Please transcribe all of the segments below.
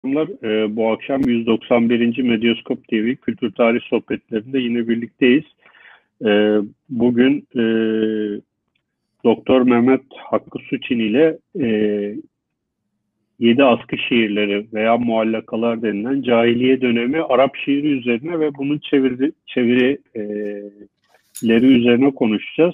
Bunlar bu akşam 191. Medyaskop TV Kültür Tarih Sohbetlerinde yine birlikteyiz. Bugün Doktor Mehmet Hakkı Suçin ile Yedi Askı Şiirleri veya Muallakalar denilen cahiliye dönemi Arap şiiri üzerine ve bunun çevirileri üzerine konuşacağız.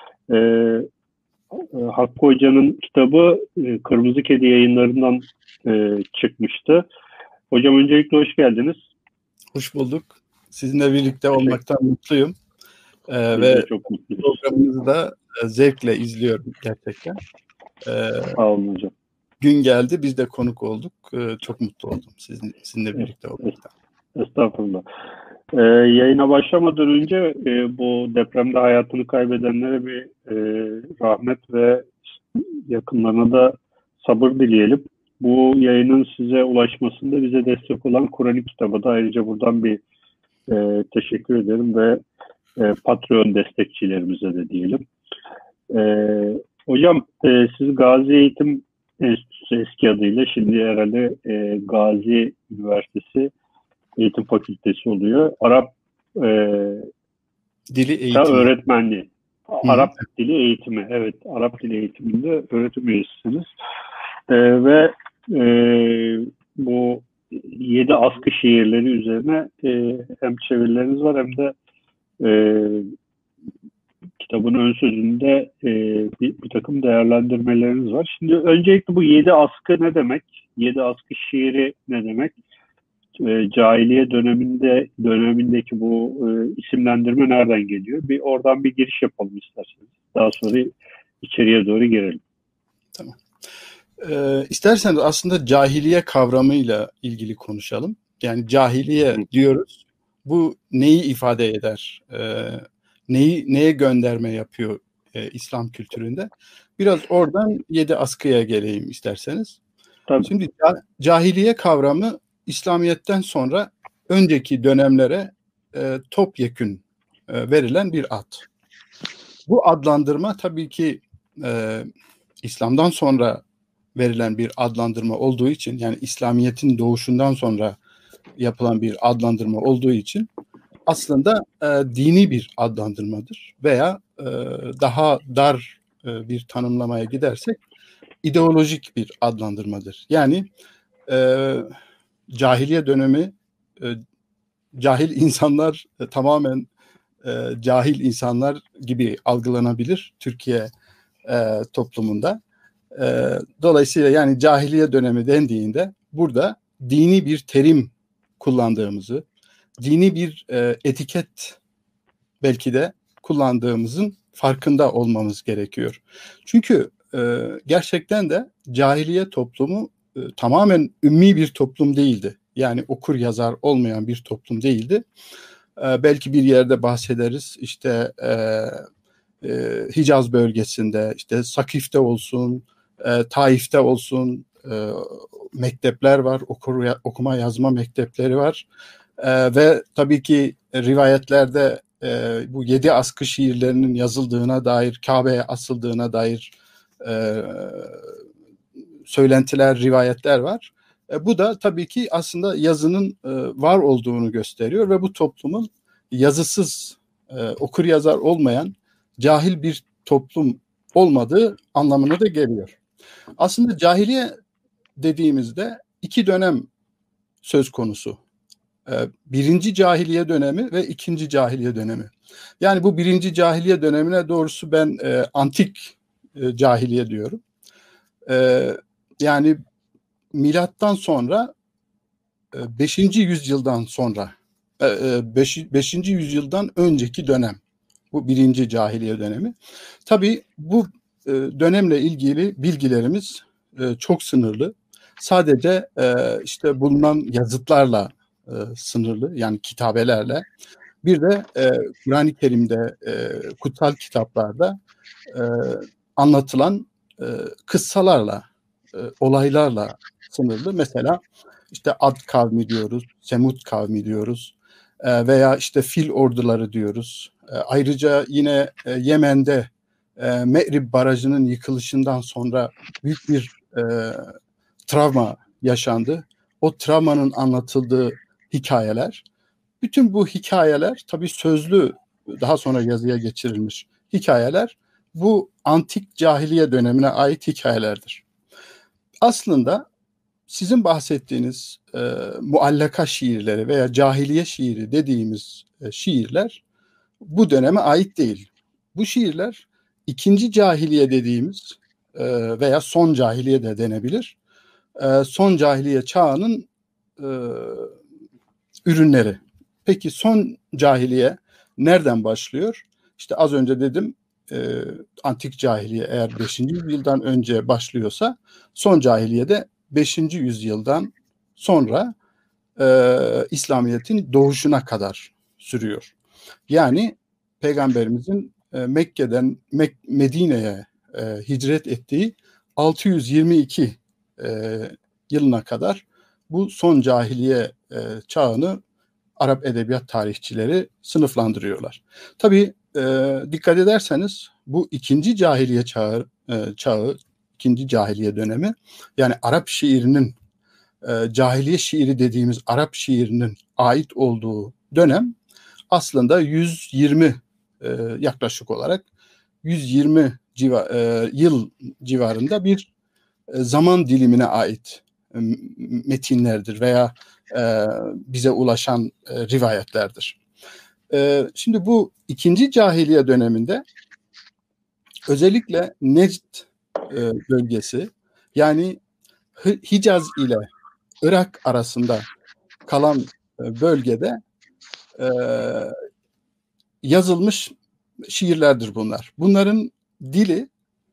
Hakkı Hoca'nın kitabı Kırmızı Kedi yayınlarından çıkmıştı. Hocam öncelikle hoş geldiniz. Hoş bulduk. Sizinle birlikte olmaktan mutluyum. Ve çok mutluyuz. Programınızı da zevkle izliyorum gerçekten. Sağ olun hocam. Gün geldi, biz de konuk olduk. Çok mutlu oldum sizinle birlikte olmaktan. Estağfurullah. Yayına başlamadan önce bu depremde hayatını kaybedenlere bir rahmet ve yakınlarına da sabır dileyelim. Bu yayının size ulaşmasında bize destek olan Kur'an-ı Kitab'a da ayrıca buradan bir teşekkür ederim ve Patreon destekçilerimize de diyelim. Hocam siz Gazi Eğitim Enstitüsü eski adıyla şimdi herhalde Gazi Üniversitesi Eğitim Fakültesi oluyor. Arap Dili eğitimi. Öğretmenliği. Arap Dili Eğitimi. Evet, Arap Dili Eğitimi'nde öğretim üyesisiniz. Ve bu Yedi Askı Şiirleri üzerine hem çevirileriniz var hem de kitabın ön sözünde bir takım değerlendirmeleriniz var. Şimdi öncelikle bu Yedi Askı ne demek? Yedi Askı Şiiri ne demek? Cahiliye dönemindeki bu isimlendirme nereden geliyor? Bir oradan bir giriş yapalım isterseniz. Daha sonra içeriye doğru girelim. Tamam. İsterseniz aslında cahiliye kavramıyla ilgili konuşalım. Yani cahiliye diyoruz. Bu neyi ifade eder? Neye gönderme yapıyor İslam kültüründe? Biraz oradan Yedi Askı'ya geleyim isterseniz. Tabii. Şimdi cahiliye kavramı İslamiyet'ten sonra önceki dönemlere topyekün verilen bir ad. Bu adlandırma tabii ki İslam'dan sonra verilen bir adlandırma olduğu için, yani İslamiyet'in doğuşundan sonra yapılan bir adlandırma olduğu için aslında dini bir adlandırmadır veya daha dar bir tanımlamaya gidersek ideolojik bir adlandırmadır. Yani cahiliye dönemi cahil insanlar tamamen cahil insanlar gibi algılanabilir Türkiye toplumunda. Dolayısıyla yani cahiliye dönemi dendiğinde burada dini bir terim kullandığımızı, dini bir etiket belki de kullandığımızın farkında olmamız gerekiyor. Çünkü gerçekten de cahiliye toplumu tamamen ümmi bir toplum değildi. Yani okur yazar olmayan bir toplum değildi. Belki bir yerde bahsederiz. İşte Hicaz bölgesinde, işte Sakif'te olsun, Taif'te olsun mektepler var, okuma yazma mektepleri var. Ve tabii ki rivayetlerde bu Yedi Askı şiirlerinin yazıldığına dair, Kabe'ye asıldığına dair söylentiler, rivayetler var. Bu da tabii ki aslında yazının var olduğunu gösteriyor ve bu toplumun yazısız, okur yazar olmayan, cahil bir toplum olmadığı anlamına da geliyor. Aslında cahiliye dediğimizde iki dönem söz konusu. Birinci cahiliye dönemi ve ikinci cahiliye dönemi. Yani bu birinci cahiliye dönemine doğrusu ben antik cahiliye diyorum. Yani milattan sonra 5. yüzyıldan sonra 5. yüzyıldan önceki dönem. Bu birinci cahiliye dönemi. Tabii bu dönemle ilgili bilgilerimiz çok sınırlı. Sadece işte bulunan yazıtlarla sınırlı, yani kitabelerle. Bir de Kur'an-ı Kerim'de, kutsal kitaplarda anlatılan kıssalarla, olaylarla sınırlı. Mesela işte Ad kavmi diyoruz, Semud kavmi diyoruz veya işte fil orduları diyoruz. Ayrıca yine Yemen'de Me'rib Barajı'nın yıkılışından sonra büyük bir travma yaşandı. o travmanın anlatıldığı hikayeler. Bütün bu hikayeler tabii sözlü, daha sonra yazıya geçirilmiş hikayeler bu antik cahiliye dönemine ait hikayelerdir. Aslında sizin bahsettiğiniz muallaka şiirleri veya cahiliye şiiri dediğimiz şiirler bu döneme ait değil. Bu şiirler ikinci cahiliye dediğimiz veya son cahiliye de denebilir. Son cahiliye çağının ürünleri. Peki son cahiliye nereden başlıyor? İşte az önce dedim, antik cahiliye eğer 5. yüzyıldan önce başlıyorsa son cahiliye de 5. yüzyıldan sonra İslamiyet'in doğuşuna kadar sürüyor. Yani Peygamberimizin Mekke'den Medine'ye hicret ettiği 622 yılına kadar bu son cahiliye çağını Arap edebiyat tarihçileri sınıflandırıyorlar. Tabii dikkat ederseniz bu ikinci cahiliye çağı, ikinci cahiliye dönemi, yani Arap şiirinin, cahiliye şiiri dediğimiz Arap şiirinin ait olduğu dönem aslında 120 yaklaşık olarak 120 yıl civarında bir zaman dilimine ait metinlerdir veya bize ulaşan rivayetlerdir. Şimdi bu ikinci cahiliye döneminde özellikle Necd bölgesi, yani Hicaz ile Irak arasında kalan bölgede yazılmış şiirlerdir bunlar. Bunların dili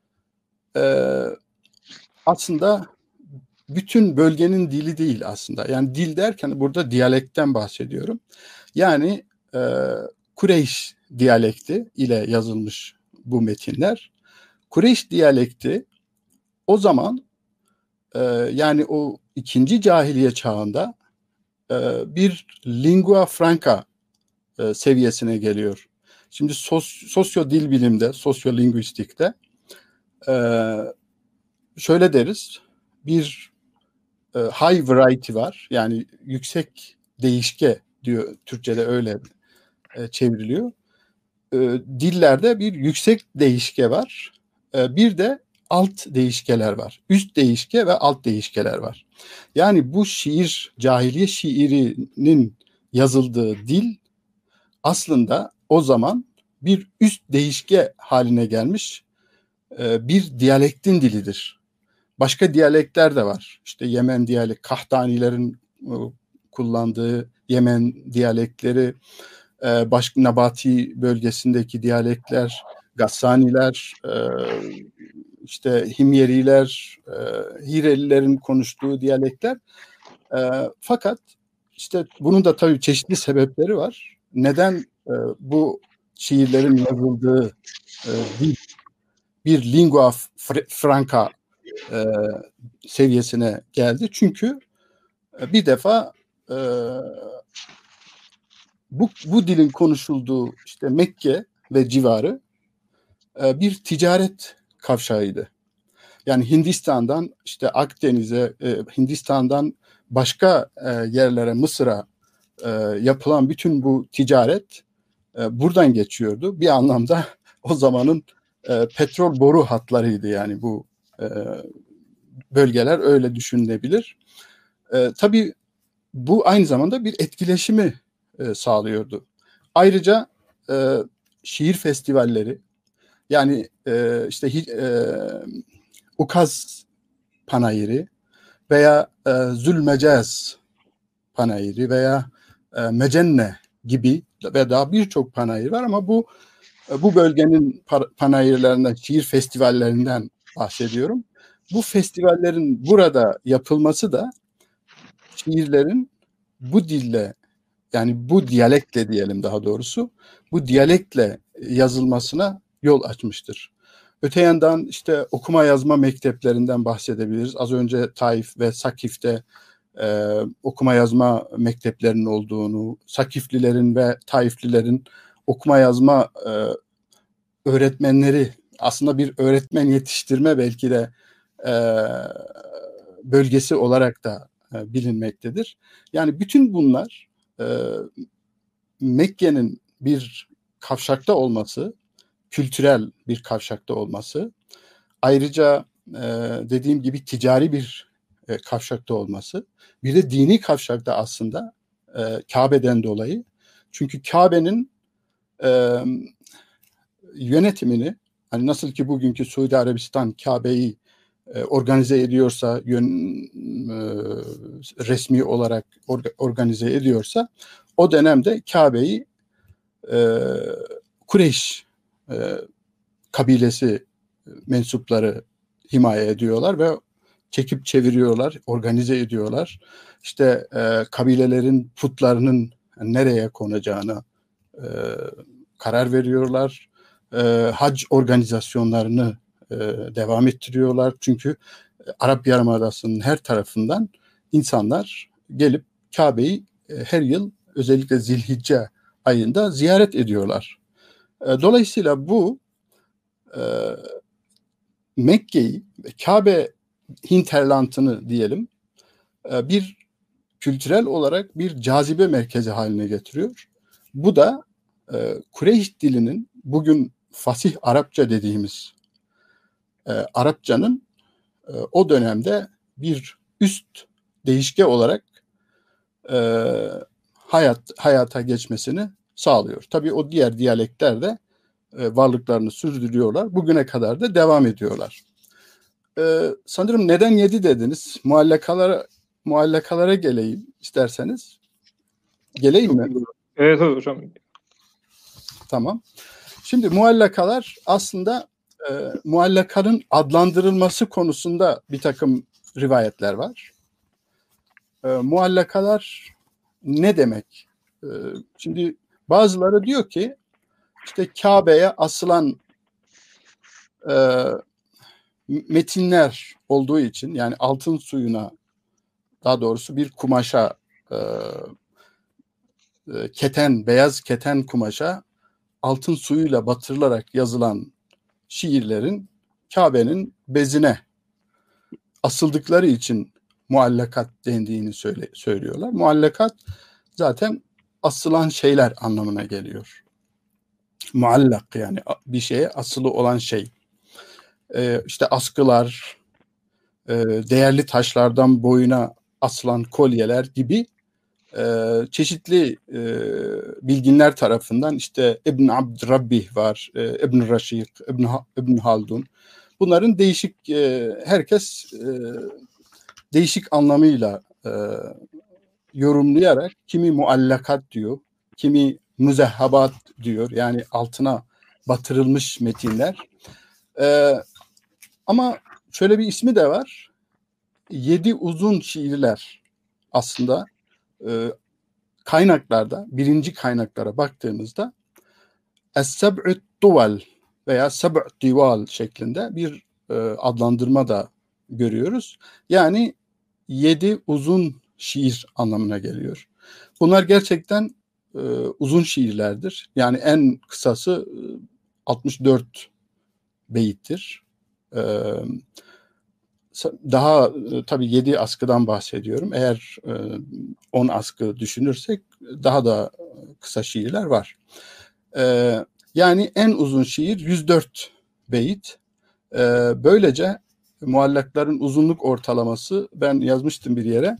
aslında bütün bölgenin dili değil aslında. Yani dil derken burada diyalekten bahsediyorum. Yani Kureyş diyalekti ile yazılmış bu metinler. Kureyş diyalekti o zaman yani o ikinci cahiliye çağında bir lingua franca seviyesine geliyor. Şimdi sosyo dil bilimde, sosyolinguistikte şöyle deriz, bir high variety var. Yani yüksek değişke diyor, Türkçe'de öyle çevriliyor. Dillerde bir yüksek değişke var. Bir de alt değişkeler var. Üst değişke ve alt değişkeler var. Yani bu şiir, cahiliye şiirinin yazıldığı dil aslında o zaman bir üst değişke haline gelmiş bir diyalektin dilidir. Başka diyalekler de var. İşte Yemen diyalekti, Kahtanilerin kullandığı Yemen diyalekleri, başka Nabati bölgesindeki diyalekler, Gassaniler, işte Himyeriler, Hirelilerin konuştuğu diyalekler. Fakat işte bunun da tabii çeşitli sebepleri var. Neden bu şiirlerin yazıldığı dil bir lingua franca seviyesine geldi? Çünkü bir defa bu dilin konuşulduğu işte Mekke ve civarı bir ticaret kavşağıydı. Yani Hindistan'dan işte Akdeniz'e, Hindistan'dan başka yerlere, Mısır'a yapılan bütün bu ticaret buradan geçiyordu. Bir anlamda o zamanın petrol boru hatlarıydı, yani bu bölgeler öyle düşünülebilir. Tabii bu aynı zamanda bir etkileşimi sağlıyordu. Ayrıca şiir festivalleri, yani işte Ukaz Panayırı veya Zülmecaz Panayırı veya Mecenne gibi ve daha birçok panayır var, ama bu bölgenin panayırlarından, şiir festivallerinden bahsediyorum. Bu festivallerin burada yapılması da şiirlerin bu dille, yani bu diyalektle diyelim daha doğrusu, bu diyalektle yazılmasına yol açmıştır. Öte yandan işte okuma yazma mekteplerinden bahsedebiliriz. Az önce Taif ve Sakif'te okuma yazma mekteplerinin olduğunu, Sakiflilerin ve Taiflilerin okuma yazma öğretmenleri, aslında bir öğretmen yetiştirme belki de bölgesi olarak da bilinmektedir. Yani bütün bunlar Mekke'nin bir kavşakta olması, kültürel bir kavşakta olması, ayrıca dediğim gibi ticari bir kavşakta olması, bir de dini kavşakta aslında Kabe'den dolayı. Çünkü Kabe'nin yönetimini, hani nasıl ki bugünkü Suudi Arabistan Kabe'yi organize ediyorsa, resmi olarak organize ediyorsa, o dönemde Kabe'yi Kureyş kabilesi mensupları himaye ediyorlar ve çekip çeviriyorlar, organize ediyorlar. İşte kabilelerin putlarının nereye konacağını karar veriyorlar. Hac organizasyonlarını devam ettiriyorlar. Çünkü Arap Yarımadası'nın her tarafından insanlar gelip Kabe'yi her yıl özellikle Zilhicce ayında ziyaret ediyorlar. Dolayısıyla bu Mekke'yi, Kabe hinterlandını diyelim, bir kültürel olarak bir cazibe merkezi haline getiriyor. Bu da Kureyş dilinin, bugün fasih Arapça dediğimiz Arapçanın o dönemde bir üst değişke olarak hayata geçmesini sağlıyor. Tabii o diğer diyalekler de varlıklarını sürdürüyorlar. Bugüne kadar da devam ediyorlar. Sanırım neden 7 dediniz? Muallakalara geleyim isterseniz. Geleyim mi? Evet hocam. Tamam. Şimdi muallakalar aslında muallakanın adlandırılması konusunda bir takım rivayetler var. Muallakalar ne demek? Şimdi bazıları diyor ki işte Kabe'ye asılan metinler olduğu için, yani altın suyuna, daha doğrusu bir kumaşa, beyaz keten kumaşa altın suyuyla batırılarak yazılan şiirlerin Kabe'nin bezine asıldıkları için muallakat dendiğini söylüyorlar. Muallakat zaten asılan şeyler anlamına geliyor. Muallak, yani bir şeye asılı olan şey. İşte askılar, değerli taşlardan boyuna asılan kolyeler gibi çeşitli bilginler tarafından, işte İbn Abdurrabbih var, İbn Raşik, İbn Haldun. Bunların değişik, herkes değişik anlamıyla yorumlayarak, kimi muallakat diyor, kimi müzehhabat diyor, yani altına batırılmış metinler. Ama şöyle bir ismi de var. 7 uzun şiirler aslında kaynaklarda, birinci kaynaklara baktığımızda Es-Seb'ü Tuval veya Seb'ü Dival şeklinde bir adlandırma da görüyoruz. Yani 7 uzun şiir anlamına geliyor. Bunlar gerçekten uzun şiirlerdir. Yani en kısası 64 beyittir. Daha tabii 7 askıdan bahsediyorum. Eğer 10 askı düşünürsek daha da kısa şiirler var. Yani en uzun şiir 104 beyit. Böylece muallakların uzunluk ortalaması, ben yazmıştım bir yere,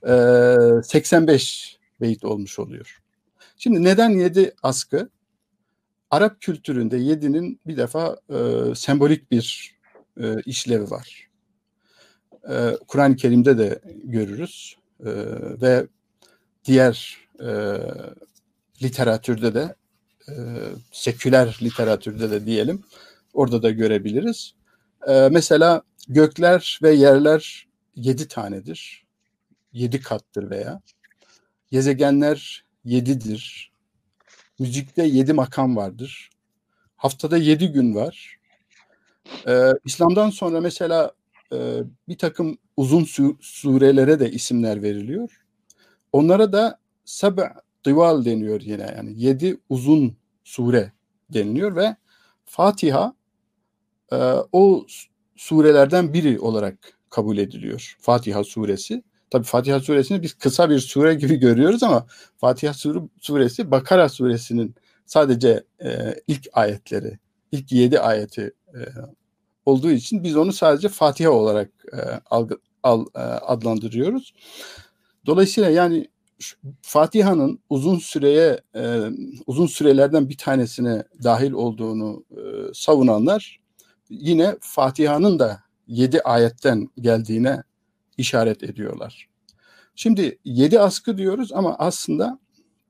85 beyit olmuş oluyor. Şimdi neden 7 askı? Arap kültüründe 7'nin bir defa sembolik bir işlevi var. Kur'an-ı Kerim'de de görürüz ve diğer literatürde de, seküler literatürde de diyelim, orada da görebiliriz. Mesela gökler ve yerler 7 tanedir. 7 kattır veya. Gezegenler 7'dir. Müzikte 7 makam vardır. Haftada 7 gün var. İslam'dan sonra mesela bir takım uzun surelere de isimler veriliyor. Onlara da Seb' Dival deniyor yine, yani 7 uzun sure deniliyor ve Fatiha o surelerden biri olarak kabul ediliyor. Fatiha suresi Tabi Fatiha suresini biz kısa bir sure gibi görüyoruz ama Fatiha suresi Bakara suresinin sadece ilk ayetleri, ilk 7 ayeti olduğu için biz onu sadece Fatiha olarak adlandırıyoruz. Dolayısıyla yani Fatiha'nın uzun sürelerden bir tanesine dahil olduğunu savunanlar yine Fatiha'nın da 7 ayetten geldiğine işaret ediyorlar. Şimdi 7 askı diyoruz ama aslında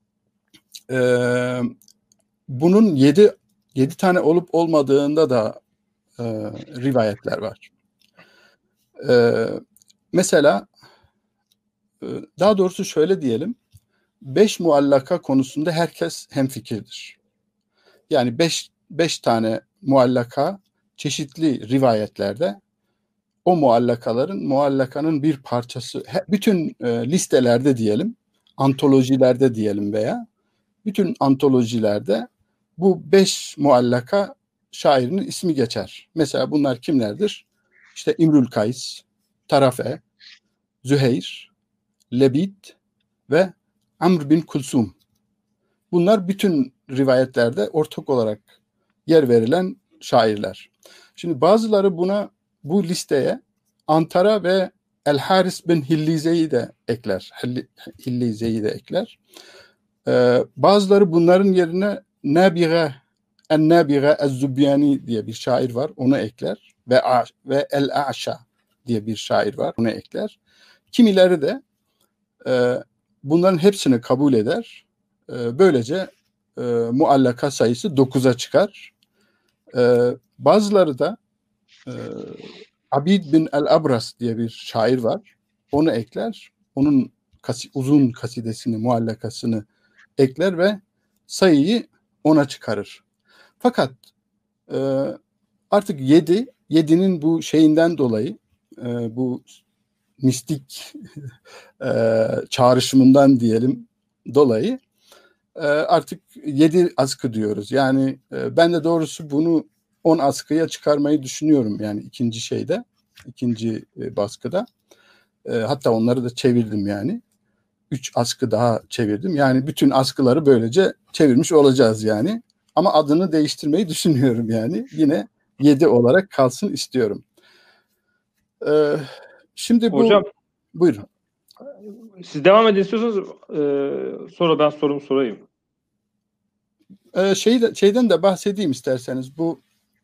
bunun 7 tane olup olmadığında da rivayetler var. Mesela daha doğrusu şöyle diyelim, 5 muallaka konusunda herkes hemfikirdir. Yani 5 tane muallaka çeşitli rivayetlerde o muallakanın bir parçası, bütün listelerde diyelim, antolojilerde diyelim veya bütün antolojilerde bu 5 muallaka şairinin ismi geçer. Mesela bunlar kimlerdir? İşte İmrül Kays, Tarafe, Züheyr, Lebid ve Amr bin Kulsum. Bunlar bütün rivayetlerde ortak olarak yer verilen şairler. Şimdi bazıları bu listeye Antara ve El-Haris bin Hillize'yi de ekler. Bazıları bunların yerine Nabiga Ez-Zübyani diye bir şair var. Onu ekler. Ve El-A'şa diye bir şair var. Onu ekler. Kimileri de bunların hepsini kabul eder. Böylece muallaka sayısı 9'a çıkar. Bazıları da Abid bin el-Abras diye bir şair var. Onu ekler. Onun uzun kasidesini, muallakasını ekler ve sayıyı 10'a çıkarır. Fakat artık 7'nin bu şeyinden dolayı, bu mistik çağrışımından diyelim dolayı artık 7 askı diyoruz. Yani ben de doğrusu bunu 10 askıya çıkarmayı düşünüyorum. Yani ikinci baskıda. Hatta onları da çevirdim yani. 3 askı daha çevirdim. Yani bütün askıları böylece çevirmiş olacağız yani. Ama adını değiştirmeyi düşünüyorum yani. Yine 7 olarak kalsın istiyorum. Şimdi hocam, buyurun. Siz devam edin istiyorsanız sonra ben sorumu sorayım. Şeyden de bahsedeyim isterseniz. Bu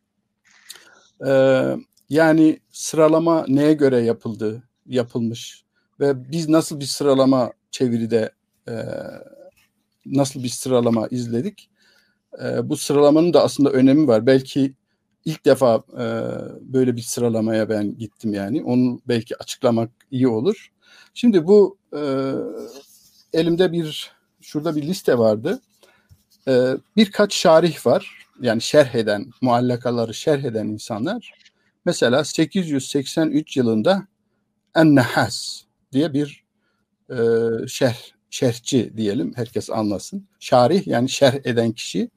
yani sıralama neye göre yapılmış ve biz nasıl bir sıralama çeviride nasıl bir sıralama izledik? Bu sıralamanın da aslında önemi var. Belki ilk defa böyle bir sıralamaya ben gittim yani. Onu belki açıklamak iyi olur. Şimdi bu elimde şurada bir liste vardı. Birkaç şarih var. Yani muallakaları şerh eden insanlar. Mesela 883 yılında En-Nahas diye bir şerhçi diyelim, herkes anlasın. Şarih yani şerh eden kişi.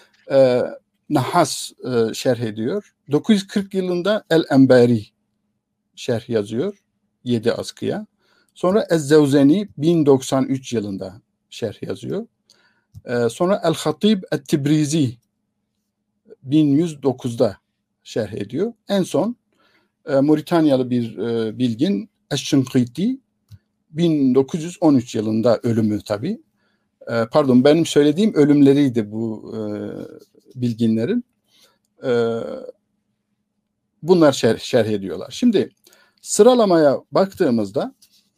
Nahas şerh ediyor. 940 yılında El-Enbari şerh yazıyor 7 askıya. Sonra Ez-Zevzeni 1093 yılında şerh yazıyor. Sonra El-Hatib Et-Tibrizi 1109'da şerh ediyor. En son Moritanyalı bir bilgin Eş-Şınkıti 1913 yılında ölümü tabii. Pardon, benim söylediğim ölümleriydi bu bilginlerin. Bunlar şerh ediyorlar. Şimdi sıralamaya baktığımızda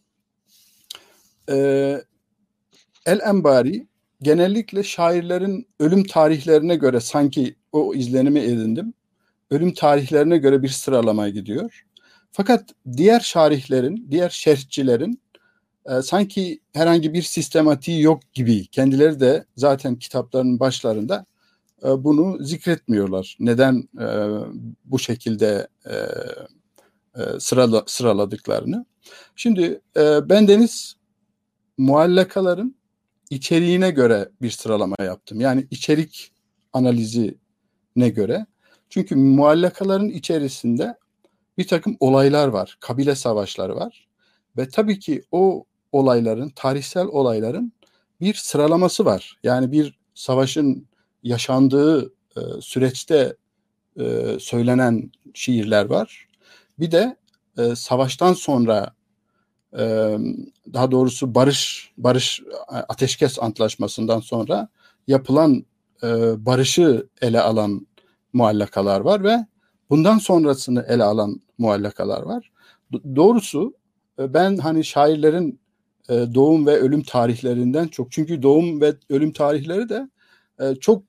El-Enbari genellikle şairlerin ölüm tarihlerine göre, sanki o izlenimi edindim, ölüm tarihlerine göre bir sıralamaya gidiyor. Fakat diğer şerhçilerin sanki herhangi bir sistematiği yok gibi, kendileri de zaten kitaplarının başlarında bunu zikretmiyorlar. Neden bu şekilde sıraladıklarını. Şimdi bendeniz muallakaların içeriğine göre bir sıralama yaptım. Yani içerik analizine göre. Çünkü muallakaların içerisinde bir takım olaylar var. Kabile savaşları var. Ve tabii ki o olayların, tarihsel olayların bir sıralaması var. Yani bir savaşın yaşandığı süreçte söylenen şiirler var. Bir de savaştan sonra, daha doğrusu barış ateşkes antlaşmasından sonra yapılan barışı ele alan muallakalar var ve bundan sonrasını ele alan muallakalar var. Doğrusu ben hani şairlerin doğum ve ölüm tarihlerinden çok, çünkü doğum ve ölüm tarihleri de çok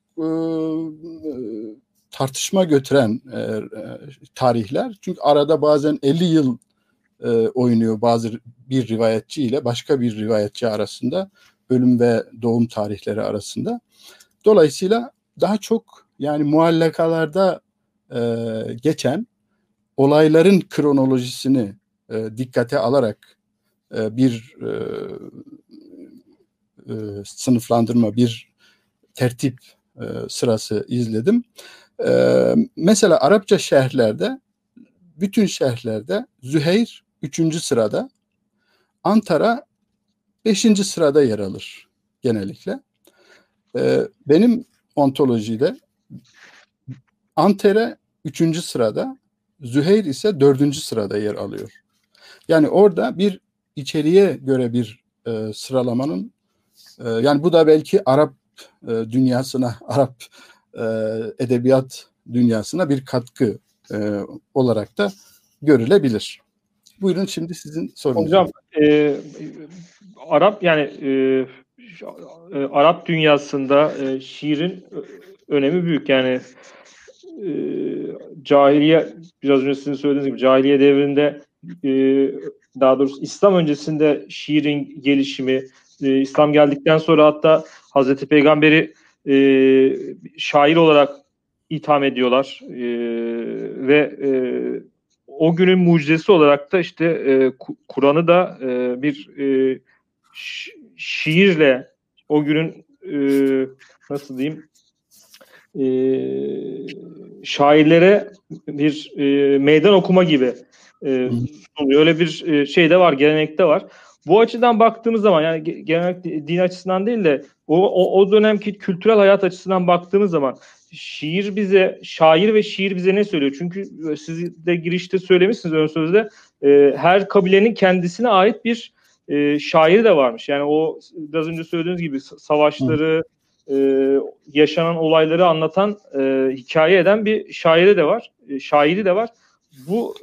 tartışma götüren tarihler. Çünkü arada bazen 50 yıl oynuyor bir rivayetçi ile başka bir rivayetçi arasında, ölüm ve doğum tarihleri arasında. Dolayısıyla daha çok yani muallakalarda geçen olayların kronolojisini dikkate alarak bir sınıflandırma, bir tertip sırası izledim. Mesela Arapça şerhlerde, bütün şerhlerde Züheyr 3. sırada, Antara 5. sırada yer alır genellikle. Benim ontolojide Antere 3. sırada, Züheyr ise 4. sırada yer alıyor. Yani orada bir içeriğe göre bir sıralamanın, yani bu da belki Arap dünyasına, Arap edebiyat dünyasına bir katkı olarak da görülebilir. Buyurun, şimdi sizin sorunuz. Hocam, Arap yani Arap dünyasında şiirin önemi büyük. Yani cahiliye, biraz önce sizin söylediğiniz gibi cahiliye devrinde, daha doğrusu İslam öncesinde şiirin gelişimi, İslam geldikten sonra hatta Hazreti Peygamber'i şair olarak itham ediyorlar ve o günün mucizesi olarak da işte Kur'an'ı da bir şiirle, o günün nasıl diyeyim, şairlere bir meydan okuma gibi sunuyor. Öyle bir şey de var, gelenek de var. Bu açıdan baktığımız zaman, yani gelenek din açısından değil de o dönemki kültürel hayat açısından baktığımız zaman şair ve şiir bize ne söylüyor? Çünkü siz de girişte söylemişsiniz, ön sözde, her kabilenin kendisine ait bir şairi de varmış. Yani o biraz önce söylediğiniz gibi savaşları, yaşanan olayları anlatan, hikaye eden bir şairi de var. Bu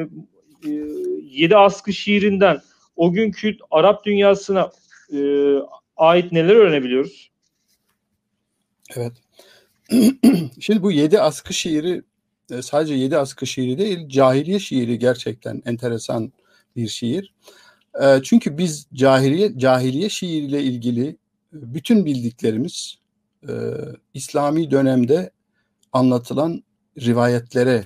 7 askı şiirinden o günkü Arap dünyasına ait neler öğrenebiliyoruz? Evet. Şimdi bu 7 askı şiiri sadece 7 askı şiiri değil, cahiliye şiiri gerçekten enteresan bir şiir. Çünkü biz cahiliye şiiriyle ilgili bütün bildiklerimiz İslami dönemde anlatılan rivayetlere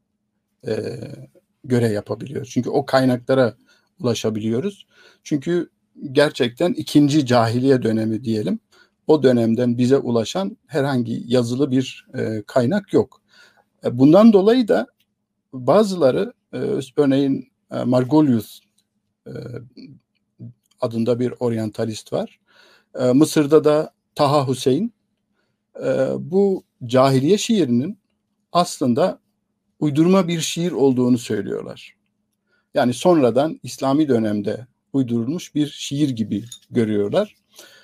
göre yapabiliyoruz. Çünkü o kaynaklara ulaşabiliyoruz. Çünkü gerçekten 2. cahiliye dönemi diyelim. O dönemden bize ulaşan herhangi yazılı bir kaynak yok. Bundan dolayı da bazıları, örneğin Margolius adında bir oryantalist var. Mısır'da da Taha Hüseyin bu cahiliye şiirinin aslında uydurma bir şiir olduğunu söylüyorlar. Yani sonradan İslami dönemde uydurulmuş bir şiir gibi görüyorlar.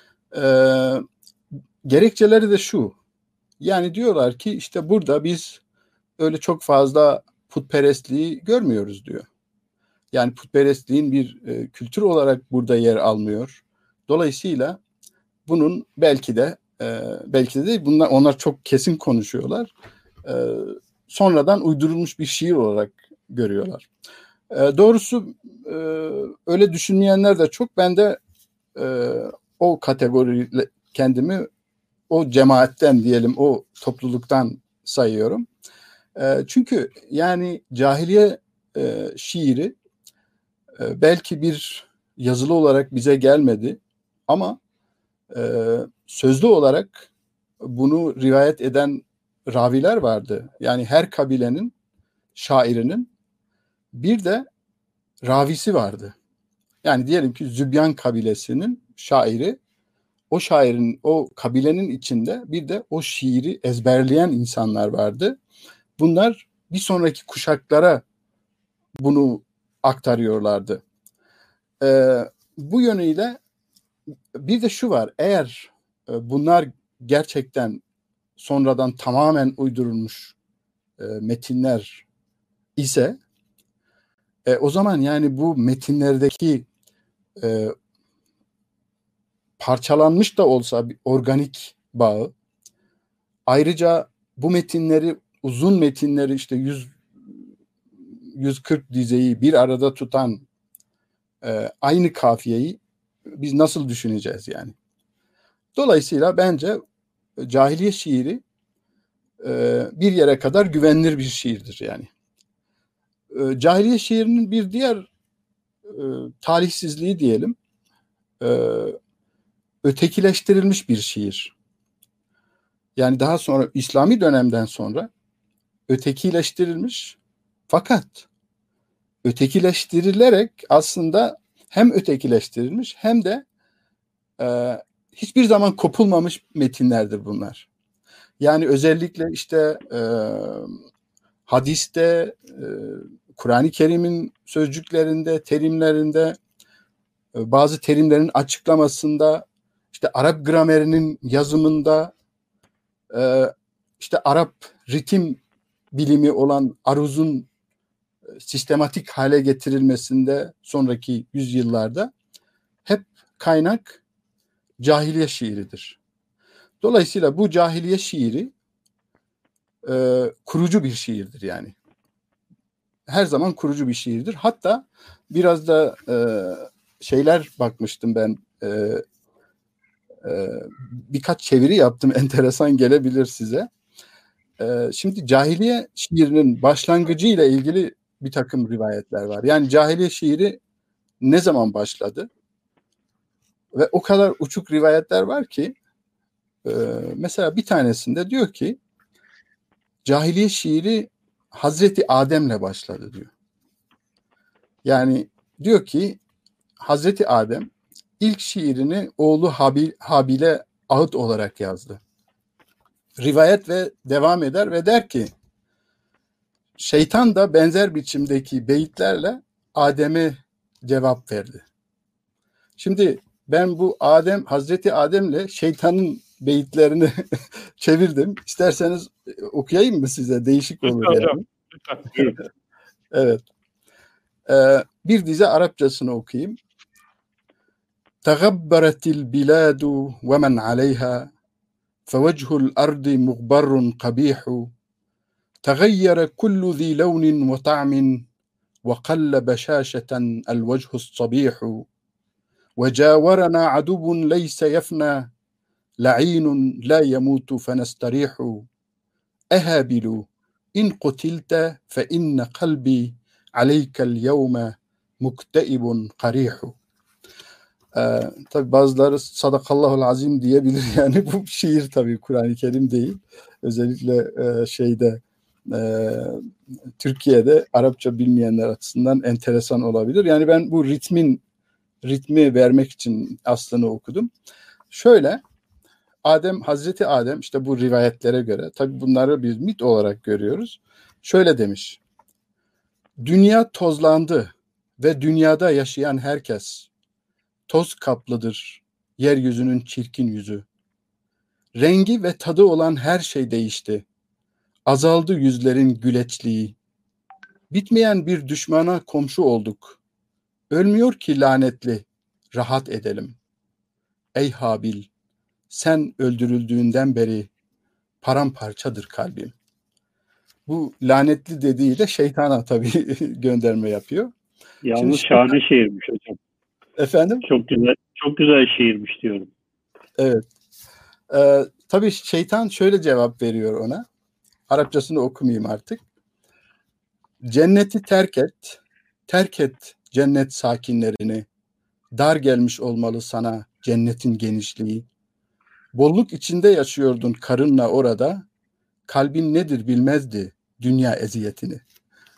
Gerekçeleri de şu. Yani diyorlar ki işte burada biz öyle çok fazla putperestliği görmüyoruz diyor. Yani putperestliğin bir kültür olarak burada yer almıyor. Dolayısıyla bunun belki de değil, onlar çok kesin konuşuyorlar. Sonradan uydurulmuş bir şiir olarak görüyorlar. Doğrusu öyle düşünmeyenler de çok. Ben de o kategoriyle kendimi o cemaatten diyelim, o topluluktan sayıyorum. Çünkü yani cahiliye şiiri belki bir yazılı olarak bize gelmedi ama sözlü olarak bunu rivayet eden raviler vardı. Yani her kabilenin şairinin bir de ravisi vardı. Yani diyelim ki Zübyan kabilesinin şairi, o şairin, o kabilenin içinde bir de o şiiri ezberleyen insanlar vardı. Bunlar bir sonraki kuşaklara bunu aktarıyorlardı. Bu yönüyle bir de şu var, eğer bunlar gerçekten sonradan tamamen uydurulmuş metinler ise o zaman yani bu metinlerdeki parçalanmış da olsa bir organik bağı, ayrıca bu metinleri, uzun metinleri işte 140 dizeyi bir arada tutan aynı kafiyeyi biz nasıl düşüneceğiz yani? Dolayısıyla bence cahiliye şiiri bir yere kadar güvenilir bir şiirdir yani. Cahiliye şiirinin bir diğer talihsizliği diyelim, ötekileştirilmiş bir şiir. Yani daha sonra İslami dönemden sonra ötekileştirilmiş, fakat ötekileştirilerek aslında hem ötekileştirilmiş hem de hiçbir zaman kopulmamış metinlerdir bunlar. Yani özellikle işte hadiste, Kur'an-ı Kerim'in sözcüklerinde, terimlerinde, bazı terimlerin açıklamasında, işte Arap gramerinin yazımında, işte Arap ritim bilimi olan aruzun sistematik hale getirilmesinde sonraki yüzyıllarda hep kaynak cahiliye şiiridir. Dolayısıyla bu cahiliye şiiri kurucu bir şiirdir yani. Her zaman kurucu bir şiirdir. Hatta biraz da şeyler bakmıştım ben, birkaç çeviri yaptım, enteresan gelebilir size. Şimdi cahiliye şiirinin başlangıcı ile ilgili bir takım rivayetler var. Yani cahiliye şiiri ne zaman başladı? Ve o kadar uçuk rivayetler var ki mesela bir tanesinde diyor ki cahiliye şiiri Hazreti Adem'le başladı diyor. Yani diyor ki Hazreti Adem ilk şiirini oğlu Habil'e ağıt olarak yazdı. Rivayet ve devam eder ve der ki şeytan da benzer biçimdeki beyitlerle Adem'e cevap verdi. Şimdi ben bu Hazreti Adem'le şeytanın beyitlerini çevirdim. İsterseniz okuyayım mı size? Değişik olur yani. Evet. Bir dize Arapçasını okuyayım. Tegabberatil biladu ve men aleyha fevechul ardi mughbarrun kabihu tegayyere kullu zi levnin ve ta'min ve qalle beşaşeten el vechus sabihu وجاورنا عدو ليس يفنى لعين لا يموت فنستريح أهابل إن قتلت فإن قلبي عليك اليوم مكتئب قريح. Tabi bazıları sadakallahul azim diyebilir yani bu şiir tabii Kur'an-ı Kerim değil. Özellikle Türkiye'de Arapça bilmeyenler açısından enteresan olabilir. Yani ben bu ritmi vermek için aslını okudum. Şöyle, Hazreti Adem işte bu rivayetlere göre, tabii bunları bir mit olarak görüyoruz. Şöyle demiş: dünya tozlandı ve dünyada yaşayan herkes toz kaplıdır yeryüzünün çirkin yüzü. Rengi ve tadı olan her şey değişti. Azaldı yüzlerin güleçliği. Bitmeyen bir düşmana komşu olduk. Ölmüyor ki lanetli, rahat edelim. Ey Habil, sen öldürüldüğünden beri paramparçadır kalbim. Bu lanetli dediği de şeytana tabii gönderme yapıyor. Yalnız şahane şiirmiş hocam. Efendim? Çok güzel şiirmiş diyorum. Evet. Tabii şeytan şöyle cevap veriyor ona. Arapçasını okumayayım artık. Cenneti terk et cennet sakinlerini. Dar gelmiş olmalı sana cennetin genişliği. Bolluk içinde yaşıyordun karınla orada. Kalbin nedir bilmezdi dünya eziyetini.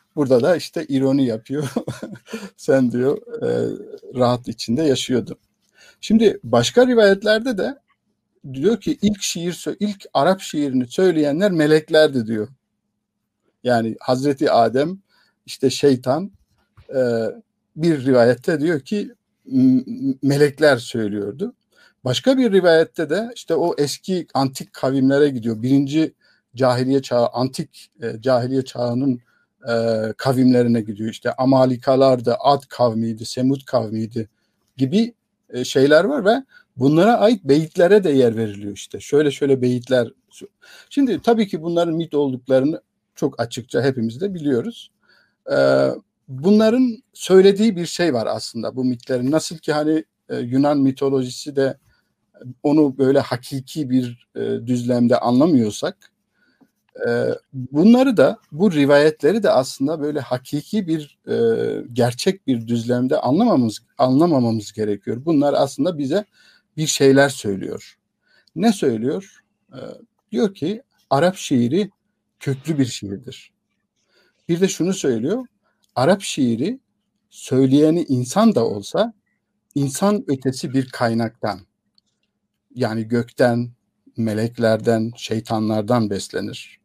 Burada da işte ironi yapıyor. Sen diyor rahat içinde yaşıyordun. Şimdi başka rivayetlerde de diyor ki ilk Arap şiirini söyleyenler meleklerdi diyor. Yani Hazreti Adem, işte şeytan, bir rivayette diyor ki melekler söylüyordu. Başka bir rivayette de işte o eski antik kavimlere gidiyor. Birinci cahiliye çağı, antik cahiliye çağının kavimlerine gidiyor. İşte Amalikalar da Ad kavmiydi, Semud kavmiydi gibi şeyler var ve bunlara ait beyitlere de yer veriliyor işte. Şöyle beyitler. Şimdi tabii ki bunların mit olduklarını çok açıkça hepimiz de biliyoruz. Bunların söylediği bir şey var aslında bu mitlerin. Nasıl ki hani Yunan mitolojisi de onu böyle hakiki bir düzlemde anlamıyorsak, bunları da, bu rivayetleri de aslında böyle hakiki bir gerçek bir düzlemde anlamamamız gerekiyor. Bunlar aslında bize bir şeyler söylüyor. Ne söylüyor? Diyor ki Arap şiiri köklü bir şiirdir. Bir de şunu söylüyor. Arap şiiri söyleyeni insan da olsa insan ötesi bir kaynaktan, yani gökten, meleklerden, şeytanlardan beslenir.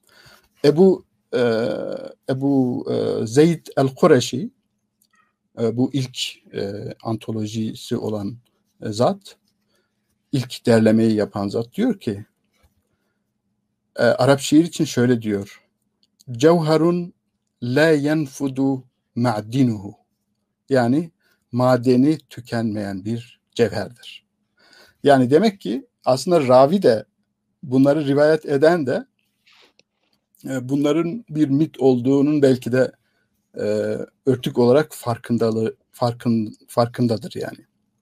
Ebu Zeyd el-Kureşi, bu ilk antolojisi olan zat, ilk derlemeyi yapan zat diyor ki Arap şiir için şöyle diyor. Cevherun la yenfudu ma'dinuhu. Yani madeni tükenmeyen bir cevherdir. Yani demek ki aslında ravi de, bunları rivayet eden de bunların bir mit olduğunun belki de örtük olarak farkındadır yani.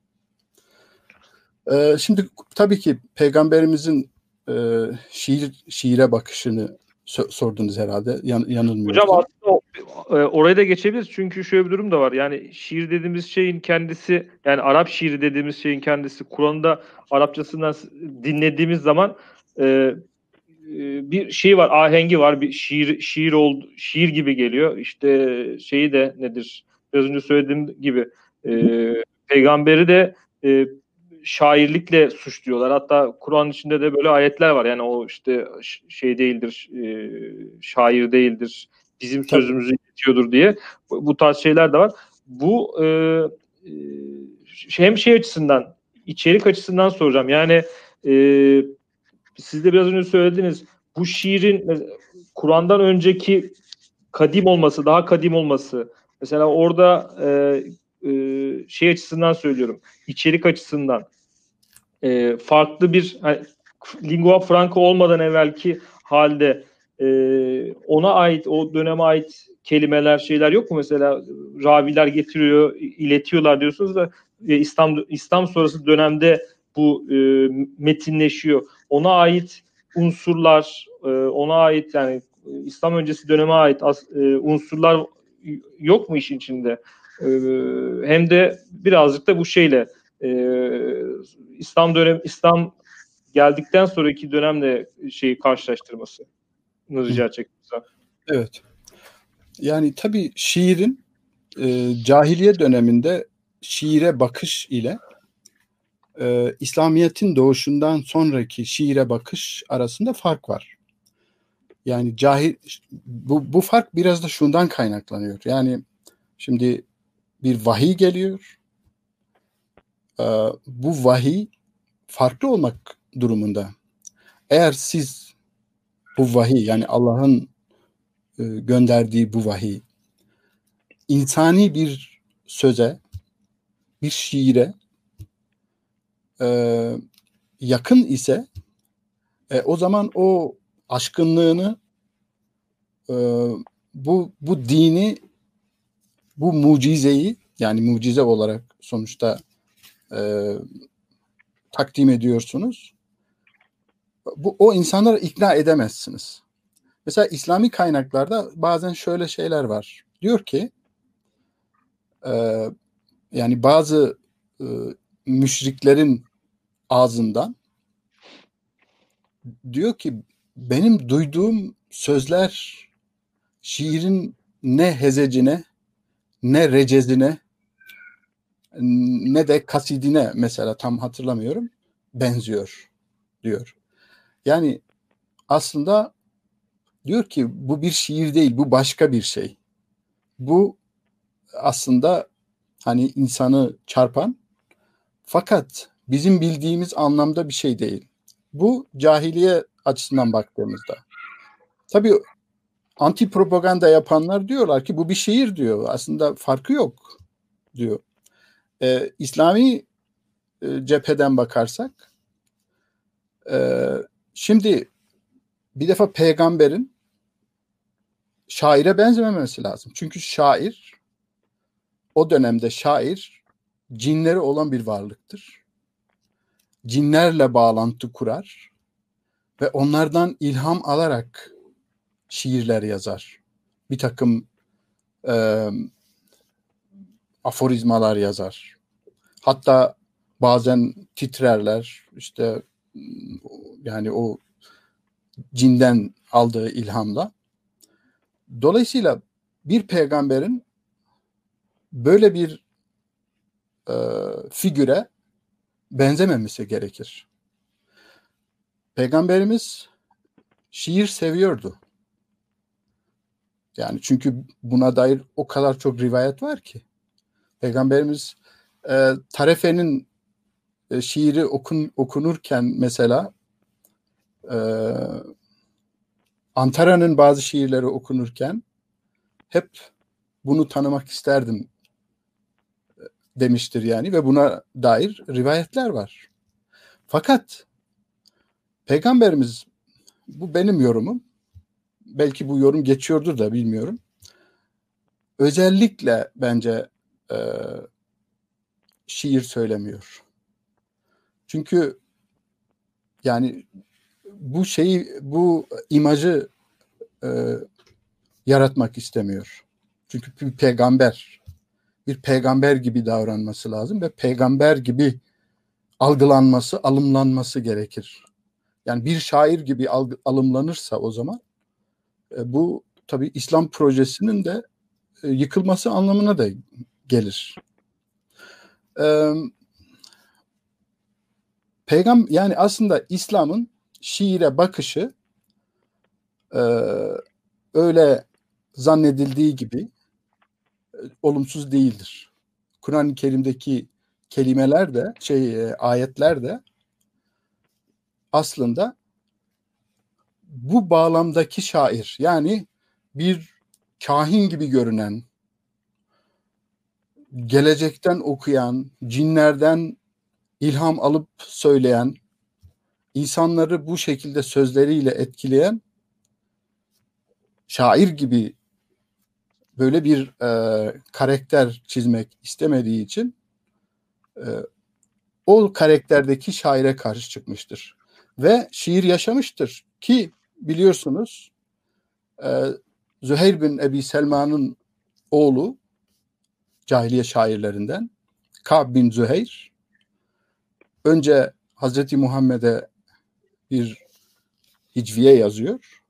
Şimdi tabii ki Peygamberimizin şiire bakışını sordunuz herhalde, yanılmıyorsam. Hocam aslında oraya da geçebiliriz. Çünkü şöyle bir durum da var. Yani şiir dediğimiz şeyin kendisi, yani Arap şiiri dediğimiz şeyin kendisi, Kur'an'da Arapçasından dinlediğimiz zaman bir şey var, ahengi var, bir şiir gibi geliyor. İşte şeyi de nedir? Biraz önce söylediğim gibi peygamberi de şairlikle suçluyorlar. Hatta Kur'an içinde de böyle ayetler var. Yani o işte şey değildir, şair değildir, bizim sözümüzü iletiyordur diye. Bu tarz şeyler de var. Bu hem şey açısından, içerik açısından soracağım. Yani siz de biraz önce söylediniz. Bu şiirin Kur'an'dan önceki kadim olması, daha kadim olması. Mesela orada şey açısından söylüyorum. İçerik açısından farklı bir hani, lingua franca olmadan evvelki halde ona ait, o döneme ait kelimeler, şeyler yok mu? Mesela raviler getiriyor, iletiyorlar diyorsunuz da İslam sonrası dönemde bu metinleşiyor. Ona ait unsurlar, ona ait yani İslam öncesi döneme ait unsurlar yok mu işin içinde? Hem de birazcık da bu şeyle İslam geldikten sonraki dönemle şeyi karşılaştırması rica çektim. Evet. Yani tabii şiirin cahiliye döneminde şiire bakış ile İslamiyet'in doğuşundan sonraki şiire bakış arasında fark var. Yani bu fark biraz da şundan kaynaklanıyor. Yani şimdi bir vahiy geliyor. Bu vahiy farklı olmak durumunda. Eğer siz bu vahiy, yani Allah'ın gönderdiği bu vahiy insani bir söze, bir şiire yakın ise o zaman o aşkınlığını, bu dini, bu mucizeyi, yani mucize olarak sonuçta takdim ediyorsunuz. O insanları ikna edemezsiniz. Mesela İslami kaynaklarda bazen şöyle şeyler var. Diyor ki yani bazı müşriklerin ağzından diyor ki benim duyduğum sözler şiirin ne hezecine, ne recezine, ne de kasidine, mesela tam hatırlamıyorum, benziyor diyor. Yani aslında diyor ki bu bir şiir değil, bu başka bir şey. Bu aslında hani insanı çarpan, fakat bizim bildiğimiz anlamda bir şey değil. Bu cahiliye açısından baktığımızda. Tabii anti propaganda yapanlar diyorlar ki bu bir şiir diyor. Aslında farkı yok diyor. İslami cepheden bakarsak, şimdi bir defa peygamberin şaire benzememesi lazım. Çünkü şair, o dönemde şair cinleri olan bir varlıktır. Cinlerle bağlantı kurar ve onlardan ilham alarak şiirler yazar. Bir takım aforizmalar yazar. Hatta bazen titrerler. İşte yani o cinden aldığı ilhamla. Dolayısıyla bir peygamberin böyle bir figüre benzememesi gerekir. Peygamberimiz şiir seviyordu. Yani çünkü buna dair o kadar çok rivayet var ki. Peygamberimiz Tarefe'nin şiiri okunurken mesela, Antara'nın bazı şiirleri okunurken hep bunu tanımak isterdim demiştir yani, ve buna dair rivayetler var. Fakat Peygamberimiz, bu benim yorumum, belki bu yorum geçiyordur da bilmiyorum, özellikle bence şiir söylemiyor. Çünkü yani bu imajı yaratmak istemiyor. Çünkü bir peygamber gibi davranması lazım ve peygamber gibi algılanması, alımlanması gerekir. Yani bir şair gibi alımlanırsa o zaman bu tabii İslam projesinin de yıkılması anlamına da gelir. Yani aslında İslam'ın şiire bakışı öyle zannedildiği gibi olumsuz değildir. Kur'an-ı Kerim'deki kelimeler de ayetler de aslında bu bağlamdaki şair, yani bir kahin gibi görünen, gelecekten okuyan, cinlerden ilham alıp söyleyen, insanları bu şekilde sözleriyle etkileyen şair gibi böyle bir karakter çizmek istemediği için o karakterdeki şaire karşı çıkmıştır. Ve şiir yaşamıştır ki biliyorsunuz Züheyr bin Ebi Selman'ın oğlu, cahiliye şairlerinden Ka'b bin Züheyr, önce Hazreti Muhammed'e bir hicviye yazıyor.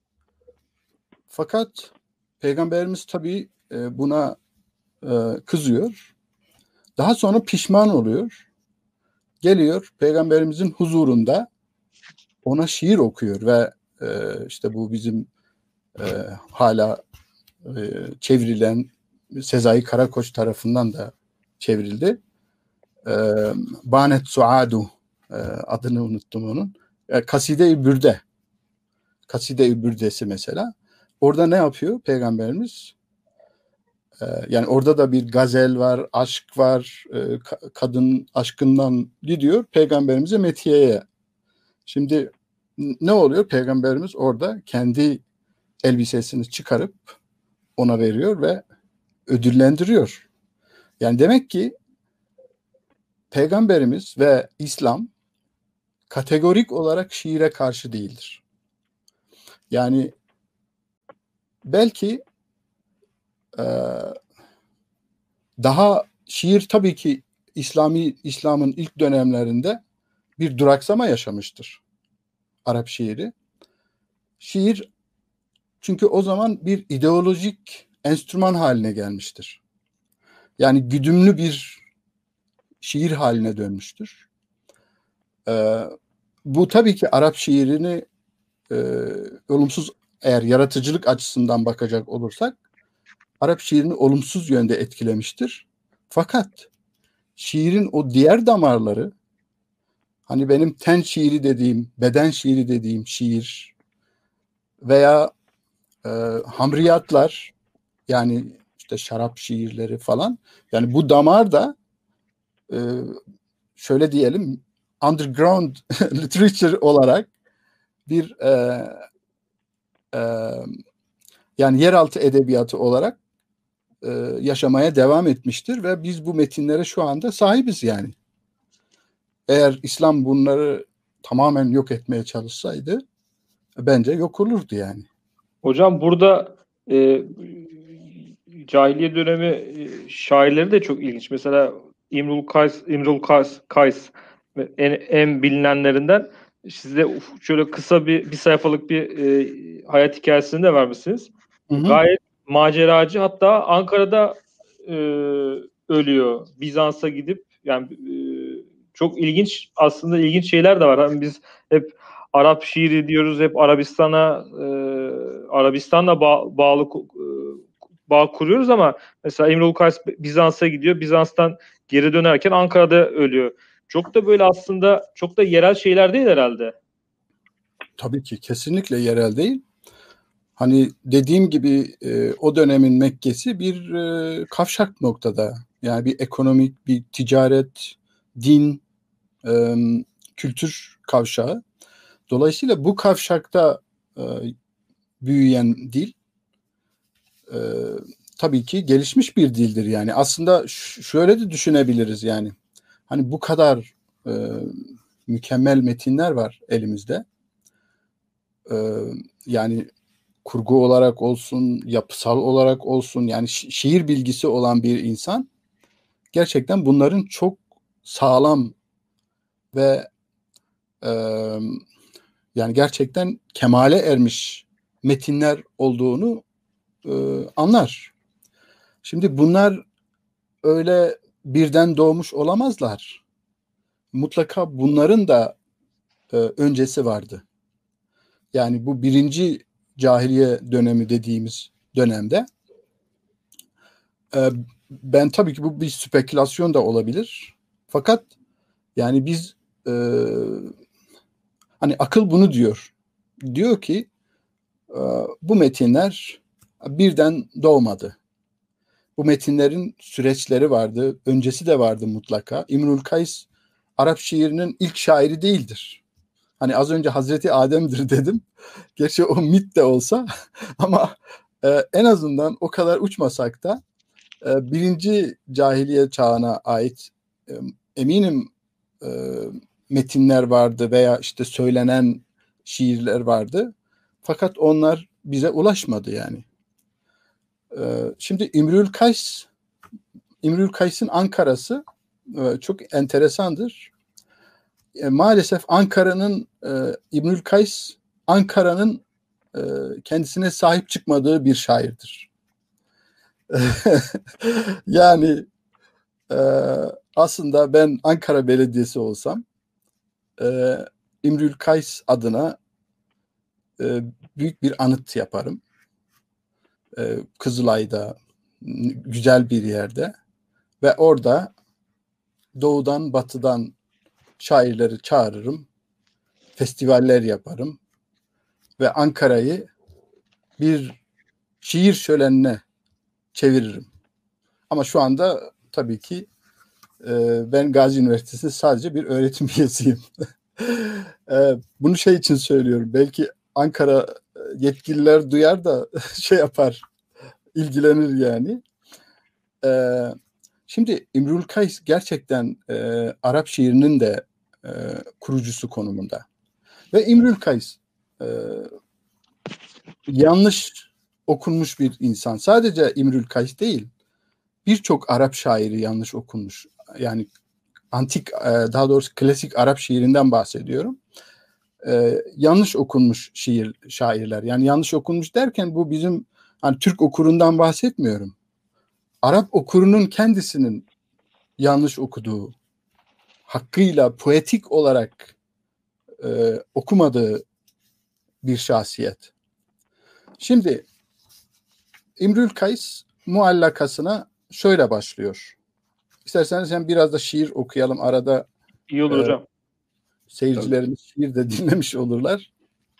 Fakat Peygamberimiz tabii buna kızıyor. Daha sonra pişman oluyor. Geliyor Peygamberimizin huzurunda ona şiir okuyor ve işte bu bizim hala çevrilen Sezai Karakoç tarafından da çevrildi. Banet Suadu, adını unuttum onun. Kaside-i Bürde. Kaside-i Bürdesi mesela. Orada ne yapıyor Peygamberimiz? Yani orada da bir gazel var, aşk var, kadın aşkından gidiyor Peygamberimize metiyeye. Şimdi ne oluyor? Peygamberimiz orada kendi elbisesini çıkarıp ona veriyor ve ödüllendiriyor. Yani demek ki Peygamberimiz ve İslam kategorik olarak şiire karşı değildir. Yani belki daha şiir tabii ki İslam'ın ilk dönemlerinde bir duraksama yaşamıştır. Arap şiiri. Şiir çünkü o zaman bir ideolojik enstrüman haline gelmiştir. Yani güdümlü bir şiir haline dönmüştür. Bu tabii ki Arap şiirini olumsuz, eğer yaratıcılık açısından bakacak olursak, Arap şiirini olumsuz yönde etkilemiştir. Fakat şiirin o diğer damarları, hani benim ten şiiri dediğim, beden şiiri dediğim şiir veya hamriyatlar, yani işte şarap şiirleri falan, yani bu damar da şöyle diyelim underground literature olarak bir yani yeraltı edebiyatı olarak yaşamaya devam etmiştir ve biz bu metinlere şu anda sahibiz yani. Eğer İslam bunları tamamen yok etmeye çalışsaydı bence yok olurdu yani. Hocam burada cahiliye dönemi şairleri de çok ilginç. Mesela İmrul Kays en bilinenlerinden. Siz de şöyle kısa bir sayfalık bir hayat hikayesini de vermişsiniz. Hı hı. Gayet maceracı, hatta Ankara'da ölüyor. Bizans'a gidip yani çok ilginç, aslında ilginç şeyler de var. Yani biz hep Arap şiiri diyoruz, hep Arabistan'la bağ kuruyoruz ama mesela İmrul Kays Bizans'a gidiyor. Bizans'tan geri dönerken Ankara'da ölüyor. Çok da böyle aslında çok da yerel şeyler değil herhalde. Tabii ki kesinlikle yerel değil. Hani dediğim gibi o dönemin Mekke'si bir kavşak noktada. Yani bir ekonomik, bir ticaret, din, kültür kavşağı. Dolayısıyla bu kavşakta büyüyen dil tabii ki gelişmiş bir dildir. Yani aslında şöyle de düşünebiliriz yani. Hani bu kadar mükemmel metinler var elimizde. Yani kurgu olarak olsun, yapısal olarak olsun, yani şiir bilgisi olan bir insan gerçekten bunların çok sağlam ve yani gerçekten kemale ermiş metinler olduğunu anlar. Şimdi bunlar öyle birden doğmuş olamazlar. Mutlaka bunların da öncesi vardı. Yani bu birinci cahiliye dönemi dediğimiz dönemde ben tabii ki bu bir spekülasyon da olabilir. Fakat yani biz hani akıl bunu diyor. Diyor ki bu metinler birden doğmadı. Bu metinlerin süreçleri vardı. Öncesi de vardı mutlaka. İmrul Kays Arap şiirinin ilk şairi değildir. Hani az önce Hazreti Adem'dir dedim. Gerçi o mit de olsa ama en azından o kadar uçmasak da birinci cahiliye çağına ait eminim metinler vardı veya işte söylenen şiirler vardı. Fakat onlar bize ulaşmadı yani. Şimdi İmrül Kays'ın Ankara'sı çok enteresandır. Maalesef İbnül Kays Ankara'nın kendisine sahip çıkmadığı bir şairdir. Yani aslında ben Ankara Belediyesi olsam İmrül Kays adına büyük bir anıt yaparım. Kızılay'da, güzel bir yerde ve orada doğudan batıdan şairleri çağırırım, festivaller yaparım ve Ankara'yı bir şiir şölenine çeviririm. Ama şu anda tabii ki ben Gazi Üniversitesi'nde sadece bir öğretim üyesiyim. Bunu şey için söylüyorum. Belki Ankara yetkililer duyar da şey yapar, ilgilenir yani. Şimdi İmrul Kays gerçekten Arap şiirinin de kurucusu konumunda. Ve İmrul Kays yanlış okunmuş bir insan. Sadece İmrul Kays değil, birçok Arap şairi yanlış okunmuş. Yani antik, daha doğrusu klasik Arap şiirinden bahsediyorum. Yanlış okunmuş şairler. Yani yanlış okunmuş derken bu bizim Hani Türk okurundan bahsetmiyorum. Arap okurunun kendisinin yanlış okuduğu, hakkıyla poetik olarak okumadığı bir şahsiyet. Şimdi İmrül Kays muallakasına şöyle başlıyor. İsterseniz hem biraz da şiir okuyalım. Arada İyi olur hocam. Seyircilerimiz şiir de dinlemiş olurlar.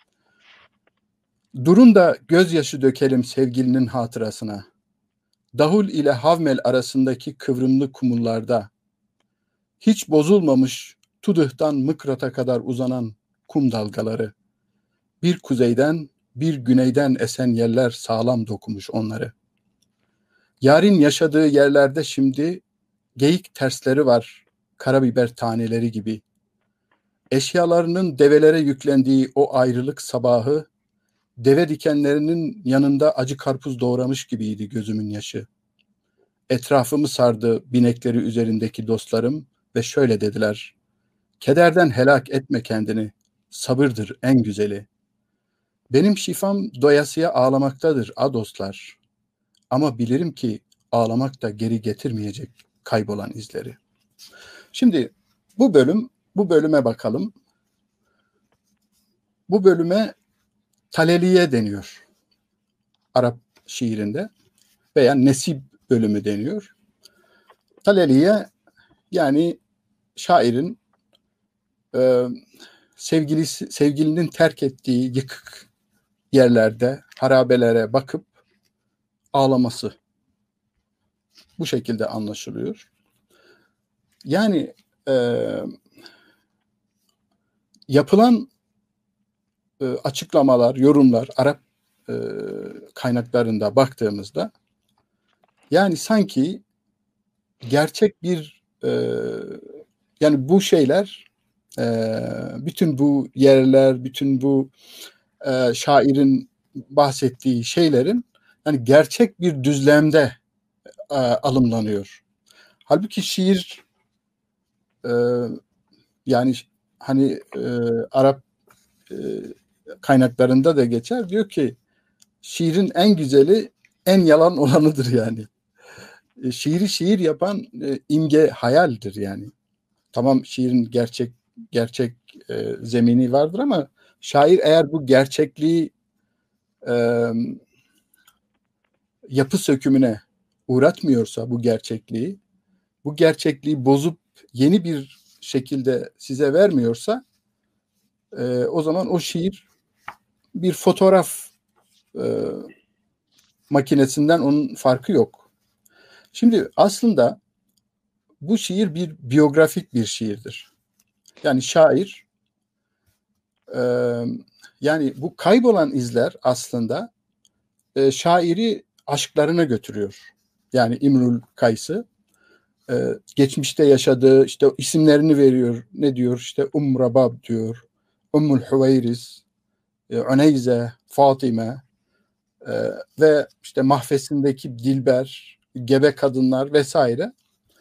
Durun da gözyaşı dökelim sevgilinin hatırasına. Dahul ile Havmel arasındaki kıvrımlı kumullarda, hiç bozulmamış Tudih'tan Mıkrat'a kadar uzanan kum dalgaları, bir kuzeyden bir güneyden esen yerler sağlam dokumuş onları. Yarın yaşadığı yerlerde şimdi geyik tersleri var, karabiber taneleri gibi. Eşyalarının develere yüklendiği o ayrılık sabahı, deve dikenlerinin yanında acı karpuz doğramış gibiydi gözümün yaşı. Etrafımı sardı binekleri üzerindeki dostlarım ve şöyle dediler: kederden helak etme kendini, sabırdır en güzeli. Benim şifam doyasıya ağlamaktadır a dostlar. Ama bilirim ki ağlamak da geri getirmeyecek kaybolan izleri. Şimdi bu bölüme bakalım. Bu bölüme taleliye deniyor Arap şiirinde veya nesib bölümü deniyor. Taleliye yani şairin sevgilinin terk ettiği yıkık yerlerde harabelere bakıp ağlaması. Bu şekilde anlaşılıyor. Yani yapılan açıklamalar, yorumlar Arap kaynaklarında baktığımızda yani sanki gerçek bir yani bu şeyler bütün bu yerler, bütün bu şairin bahsettiği şeylerin yani gerçek bir düzlemde alımlanıyor. Halbuki şiir yani hani Arap kaynaklarında da geçer. Diyor ki şiirin en güzeli en yalan olanıdır yani. Şiiri şiir yapan imge hayaldir yani. Tamam şiirin gerçek zemini vardır ama şair eğer bu gerçekliği yapı sökümüne uğratmıyorsa bu gerçekliği bozup yeni bir şekilde size vermiyorsa o zaman o şiir bir fotoğraf makinesinden onun farkı yok. Şimdi aslında bu şiir bir biyografik bir şiirdir. Yani şair yani bu kaybolan izler aslında şairi aşklarına götürüyor. Yani İmrül Kays'ı geçmişte yaşadığı işte isimlerini veriyor. Ne diyor? İşte Rabab diyor. Ummul Hüveyriz, Uneyze, Fatime ve işte mahfesindeki Dilber, gebe kadınlar vesaire.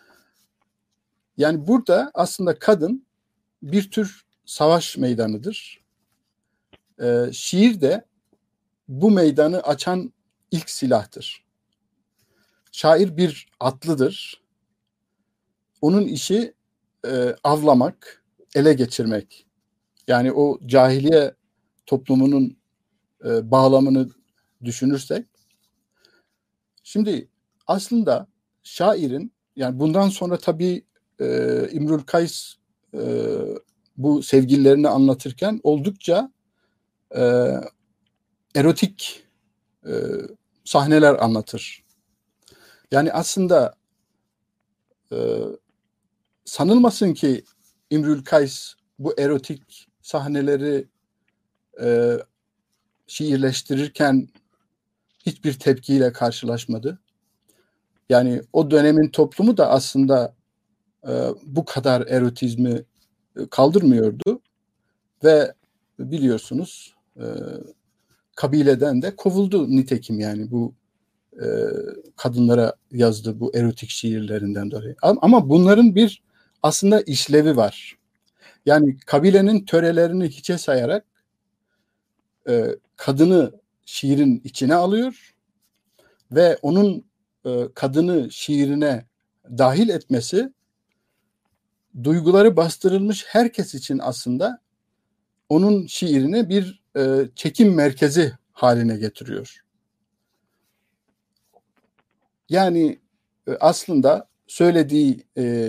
Yani burada aslında kadın bir tür savaş meydanıdır. Şiir de bu meydanı açan ilk silahtır. Şair bir atlıdır. Onun işi avlamak, ele geçirmek. Yani o cahiliye toplumunun bağlamını düşünürsek. Şimdi aslında şairin yani bundan sonra tabii İmrül Kays bu sevgililerini anlatırken oldukça erotik sahneler anlatır. Yani aslında sanılmasın ki İmrül Kays bu erotik sahneleri şiirleştirirken hiçbir tepkiyle karşılaşmadı. Yani o dönemin toplumu da aslında bu kadar erotizmi kaldırmıyordu ve biliyorsunuz kabileden de kovuldu nitekim yani bu kadınlara yazdığı bu erotik şiirlerinden dolayı. Ama bunların bir aslında işlevi var. Yani kabilenin törelerini hiçe sayarak kadını şiirin içine alıyor ve onun kadını şiirine dahil etmesi duyguları bastırılmış herkes için aslında onun şiirini bir çekim merkezi haline getiriyor. Yani aslında söylediği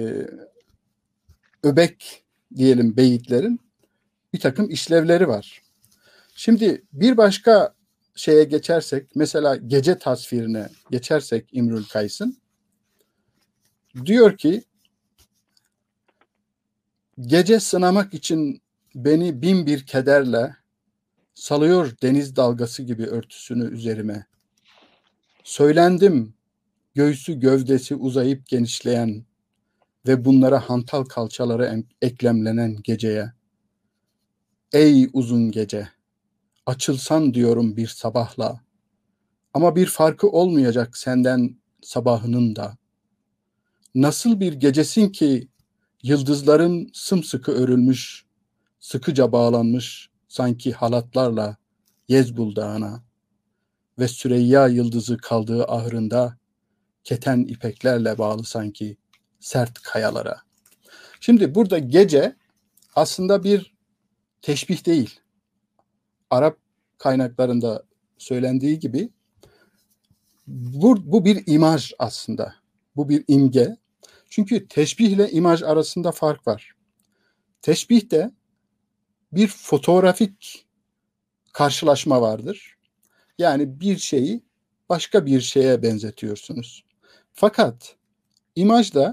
öbek diyelim beyitlerin bir takım işlevleri var. Şimdi bir başka şeye geçersek, mesela gece tasvirine geçersek İmrül Kays'ın, diyor ki gece sınamak için beni bin bir kederle salıyor deniz dalgası gibi örtüsünü üzerime. Söylendim göğsü gövdesi uzayıp genişleyen ve bunlara hantal kalçaları eklemlenen geceye. Ey uzun gece, açılsan diyorum bir sabahla, ama bir farkı olmayacak senden sabahının da. Nasıl bir gecesin ki yıldızların sımsıkı örülmüş, sıkıca bağlanmış sanki halatlarla Yezbul Dağı'na ve Süreyya yıldızı kaldığı ahırında keten ipeklerle bağlı sanki sert kayalara. Şimdi burada gece aslında bir teşbih değil. Arap kaynaklarında söylendiği gibi bu bir imaj aslında. Bu bir imge. Çünkü teşbihle imaj arasında fark var. Teşbihte bir fotoğrafik karşılaşma vardır. Yani bir şeyi başka bir şeye benzetiyorsunuz. Fakat imajda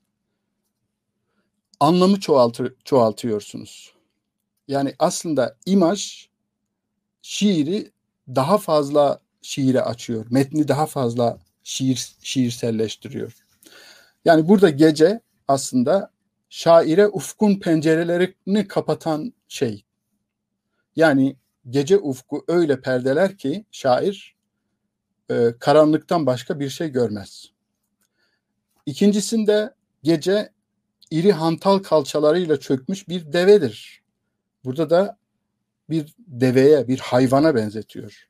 anlamı çoğaltıyorsunuz. Yani aslında imaj şiiri daha fazla şiire açıyor. Metni daha fazla şiirselleştiriyor. Yani burada gece aslında şaire ufkun pencerelerini kapatan şey. Yani gece ufku öyle perdeler ki şair karanlıktan başka bir şey görmez. İkincisinde gece iri hantal kalçalarıyla çökmüş bir devedir. Burada da bir deveye, bir hayvana benzetiyor.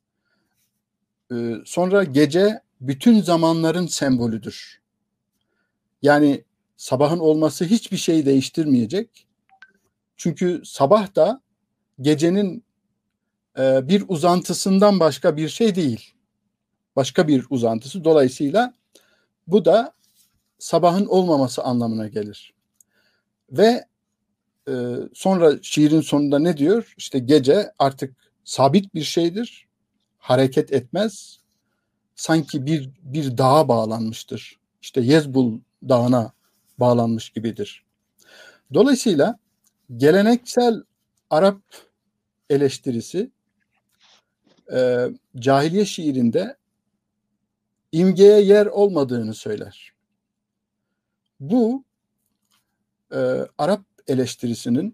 Sonra gece bütün zamanların sembolüdür. Yani sabahın olması hiçbir şey değiştirmeyecek. Çünkü sabah da gecenin bir uzantısından başka bir şey değil. Başka bir uzantısı. Dolayısıyla bu da sabahın olmaması anlamına gelir. Ve sonra şiirin sonunda ne diyor? İşte gece artık sabit bir şeydir. Hareket etmez. Sanki bir dağa bağlanmıştır. İşte Yezbul Dağı'na bağlanmış gibidir. Dolayısıyla geleneksel Arap eleştirisi cahiliye şiirinde imgeye yer olmadığını söyler. Bu Arap eleştirisinin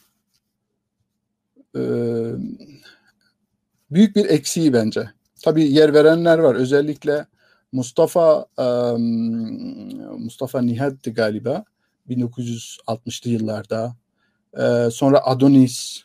büyük bir eksiği bence. Tabii yer verenler var. Özellikle Mustafa Nihat'tı galiba 1960'lı yıllarda. Sonra Adonis.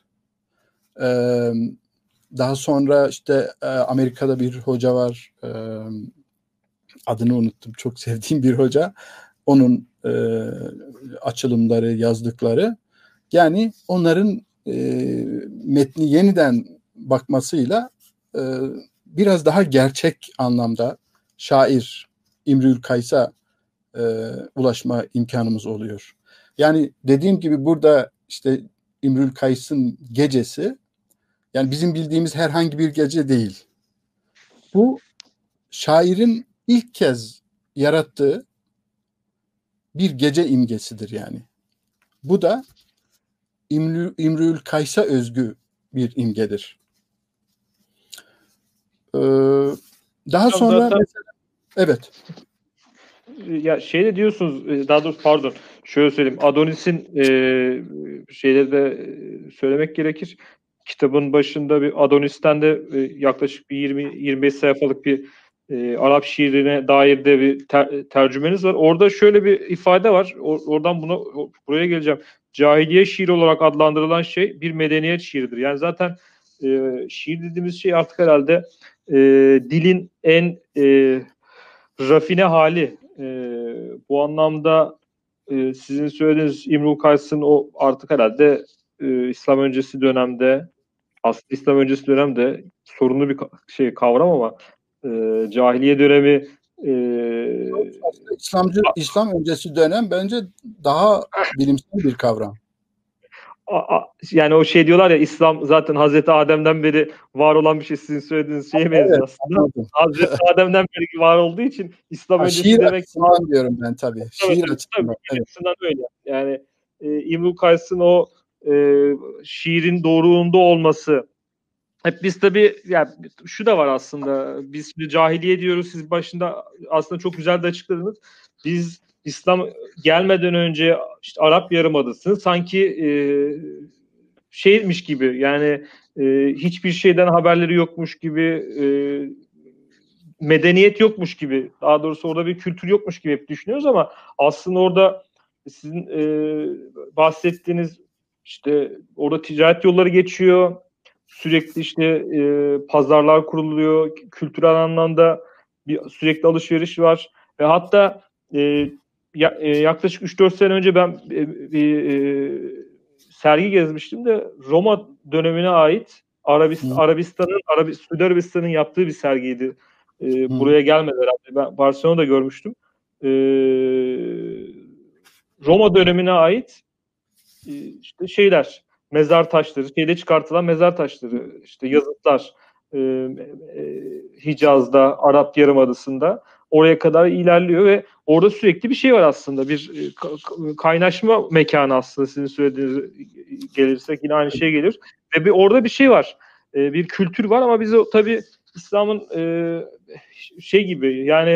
Daha sonra işte Amerika'da bir hoca var. Adını unuttum. Çok sevdiğim bir hoca. Onun açılımları, yazdıkları. Yani onların metni yeniden bakmasıyla biraz daha gerçek anlamda şair İmrül Kays'a ulaşma imkanımız oluyor. Yani dediğim gibi burada işte İmrül Kays'ın gecesi yani bizim bildiğimiz herhangi bir gece değil. Bu şairin ilk kez yarattığı bir gece imgesidir yani. Bu da İmrül Kays'a özgü bir imgedir. Daha sonra zaten, mesela, evet. Ya de diyorsunuz, daha doğrusu pardon şöyle söyleyeyim, Adonis'in şeyleri de söylemek gerekir. Kitabın başında bir Adonis'ten de yaklaşık bir 20-25 sayfalık bir Arap şiirine dair de bir tercümeniz var. Orada şöyle bir ifade var. Oradan buraya geleceğim. Cahiliye şiiri olarak adlandırılan şey bir medeniyet şiiridir. Yani zaten şiir dediğimiz şey artık herhalde dilin en rafine hali. Bu anlamda sizin söylediğiniz İmrul Kays'ın o artık herhalde İslam öncesi dönemde, aslında İslam öncesi dönemde sorunlu bir kavram ama cahiliye dönemi İslam öncesi dönem bence daha bilimsel bir kavram. Yani o şey diyorlar ya, İslam zaten Hazreti Adem'den beri var olan bir şey, sizin söylediğiniz şeye benziyor aslında. Anladım. Hazreti Adem'den beri var olduğu için İslam öncesi şiir demek. Şiir açısından diyorum ben tabii. Şiir açısından. Evet. Öyle. Yani İmrul Kays'ın o şiirin doğruluğunda olması. Hep biz tabii, yani şu da var aslında, biz şimdi cahiliye diyoruz, siz başında aslında çok güzel de açıkladınız. Biz İslam gelmeden önce işte Arap Yarımadası'nı sanki şeymiş gibi, yani hiçbir şeyden haberleri yokmuş gibi, medeniyet yokmuş gibi, daha doğrusu orada bir kültür yokmuş gibi hep düşünüyoruz ama aslında orada sizin bahsettiğiniz, işte orada ticaret yolları geçiyor. Sürekli işte pazarlar kuruluyor. Kültürel anlamda sürekli alışveriş var. Ve hatta yaklaşık 3-4 sene önce ben sergi gezmiştim de Roma dönemine ait Suudi Arabistan'ın yaptığı bir sergiydi. Buraya gelmedi herhalde. Ben Barcelona'da görmüştüm. Roma dönemine ait işte şeyler, mezar taşları, şeyde çıkartılan mezar taşları, işte yazıtlar, Hicaz'da, Arap Yarımadası'nda oraya kadar ilerliyor ve orada sürekli bir şey var aslında. Bir kaynaşma mekanı aslında, sizin söylediğiniz gelirsek yine aynı şey gelir. Ve orada bir şey var. Bir kültür var ama biz tabii İslam'ın şey gibi, yani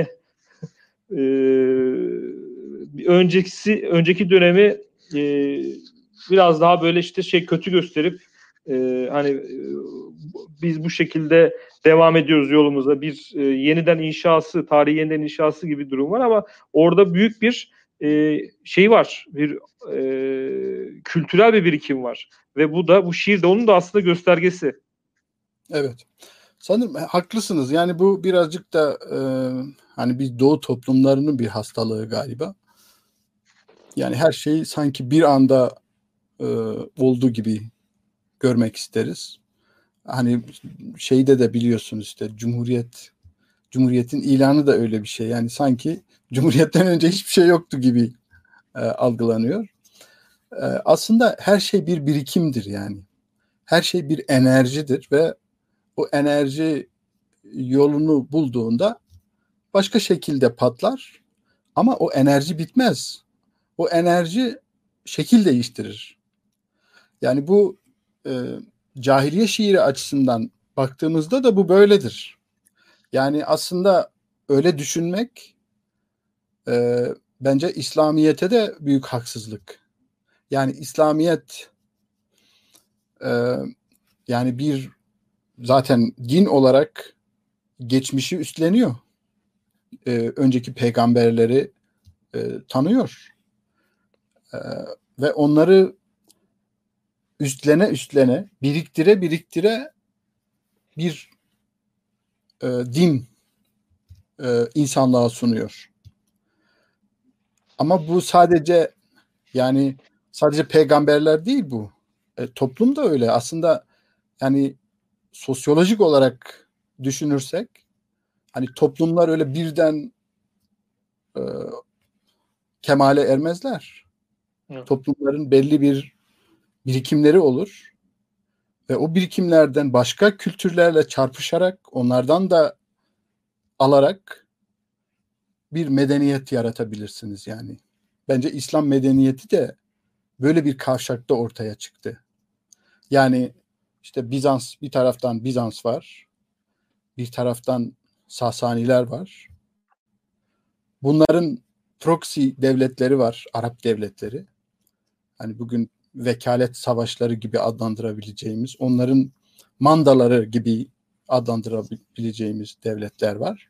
önceki dönemi biraz daha böyle işte kötü gösterip hani biz bu şekilde devam ediyoruz yolumuza, bir yeniden inşası, tarihi yeniden inşası gibi bir durum var ama orada büyük bir şey var, bir kültürel bir birikim var ve bu şiir de onun da aslında göstergesi. Evet. Sanırım haklısınız. Yani bu birazcık da hani biz Doğu toplumlarının bir hastalığı galiba. Yani her şeyi sanki bir anda olduğu gibi görmek isteriz. Hani şeyde de biliyorsunuz işte Cumhuriyet'in ilanı da öyle bir şey. Yani sanki Cumhuriyet'ten önce hiçbir şey yoktu gibi algılanıyor. Aslında her şey bir birikimdir yani. Her şey bir enerjidir ve o enerji yolunu bulduğunda başka şekilde patlar ama o enerji bitmez. O enerji şekil değiştirir. Yani bu cahiliye şiiri açısından baktığımızda da bu böyledir. Yani aslında öyle düşünmek bence İslamiyet'e de büyük haksızlık. Yani İslamiyet yani bir zaten din olarak geçmişi üstleniyor. Önceki peygamberleri tanıyor. Ve onları üstlene biriktire bir din insanlığa sunuyor. Ama bu sadece peygamberler değil bu. Toplum da öyle. Aslında yani sosyolojik olarak düşünürsek hani toplumlar öyle birden kemale ermezler. Evet. Toplumların belli bir birikimleri olur ve o birikimlerden başka kültürlerle çarpışarak, onlardan da alarak bir medeniyet yaratabilirsiniz yani. Bence İslam medeniyeti de böyle bir kavşakta ortaya çıktı. Yani işte bir taraftan Bizans var, bir taraftan Sasaniler var. Bunların proxy devletleri var, Arap devletleri. Hani bugün vekalet savaşları gibi adlandırabileceğimiz, onların mandaları gibi adlandırabileceğimiz devletler var.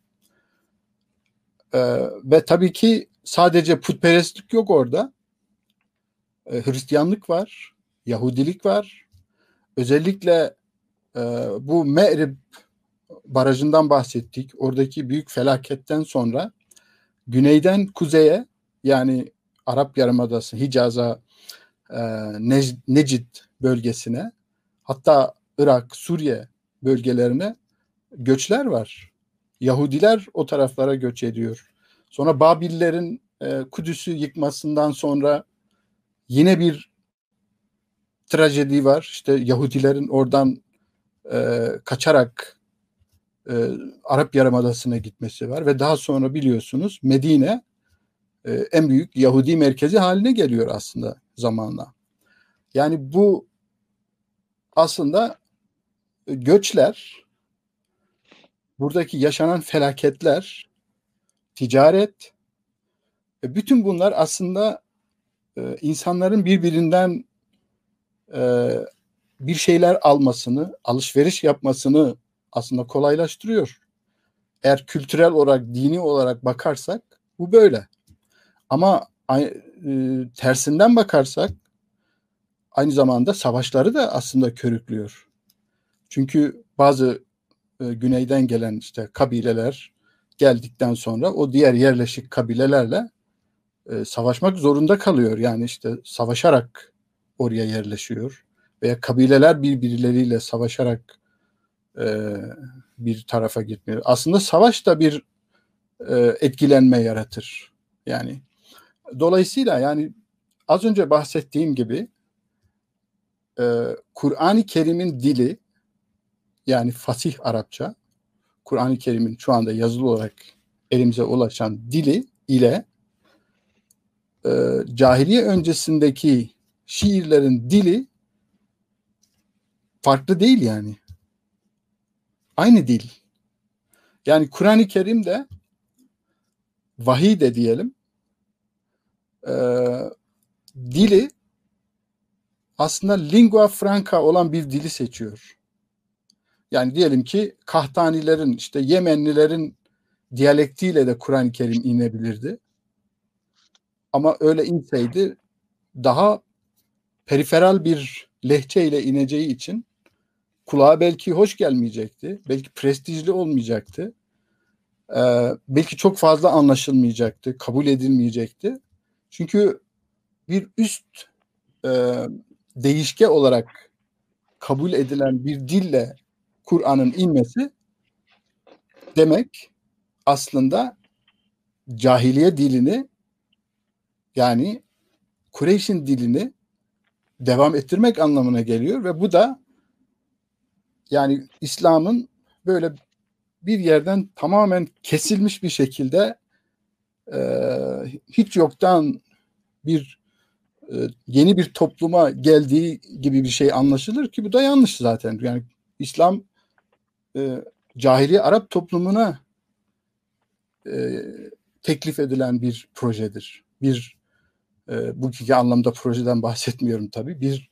Ve tabii ki sadece putperestlik yok orada. Hristiyanlık var, Yahudilik var. Özellikle bu Me'rib Barajı'ndan bahsettik. Oradaki büyük felaketten sonra güneyden kuzeye, yani Arap Yarımadası, Hicaz'a, Necid bölgesine, hatta Irak, Suriye bölgelerine göçler var. Yahudiler o taraflara göç ediyor. Sonra Babillerin Kudüs'ü yıkmasından sonra yine bir trajedi var. İşte Yahudilerin oradan kaçarak Arap Yarımadası'na gitmesi var ve daha sonra biliyorsunuz Medine en büyük Yahudi merkezi haline geliyor aslında zamanla. Yani bu aslında göçler, buradaki yaşanan felaketler, ticaret, bütün bunlar aslında insanların birbirinden bir şeyler almasını, alışveriş yapmasını aslında kolaylaştırıyor. Eğer kültürel olarak, dini olarak bakarsak bu böyle. Ama tersinden bakarsak aynı zamanda savaşları da aslında körüklüyor. Çünkü bazı güneyden gelen işte kabileler geldikten sonra o diğer yerleşik kabilelerle savaşmak zorunda kalıyor. Yani işte savaşarak oraya yerleşiyor. Veya kabileler birbirleriyle savaşarak bir tarafa gitmiyor. Aslında savaş da bir etkilenme yaratır. Yani dolayısıyla yani az önce bahsettiğim gibi Kur'an-ı Kerim'in dili, yani fasih Arapça, Kur'an-ı Kerim'in şu anda yazılı olarak elimize ulaşan dili ile cahiliye öncesindeki şiirlerin dili farklı değil yani. Aynı dil. Yani Kur'an-ı Kerim'de vahiy de diyelim dili aslında lingua franca olan bir dili seçiyor. Yani diyelim ki Kahtanilerin, işte Yemenlilerin diyalektiyle de Kur'an-ı Kerim inebilirdi. Ama öyle inseydi daha periferal bir lehçeyle ineceği için kulağa belki hoş gelmeyecekti. Belki prestijli olmayacaktı. Belki çok fazla anlaşılmayacaktı. Kabul edilmeyecekti. Çünkü bir üst değişke olarak kabul edilen bir dille Kur'an'ın inmesi demek aslında cahiliye dilini, yani Kureyş'in dilini devam ettirmek anlamına geliyor ve bu da yani İslam'ın böyle bir yerden tamamen kesilmiş bir şekilde hiç yoktan bir yeni bir topluma geldiği gibi bir şey anlaşılır ki bu da yanlış zaten. Yani İslam cahiliye Arap toplumuna teklif edilen bir projedir. Bir bugünkü anlamda projeden bahsetmiyorum tabii. Bir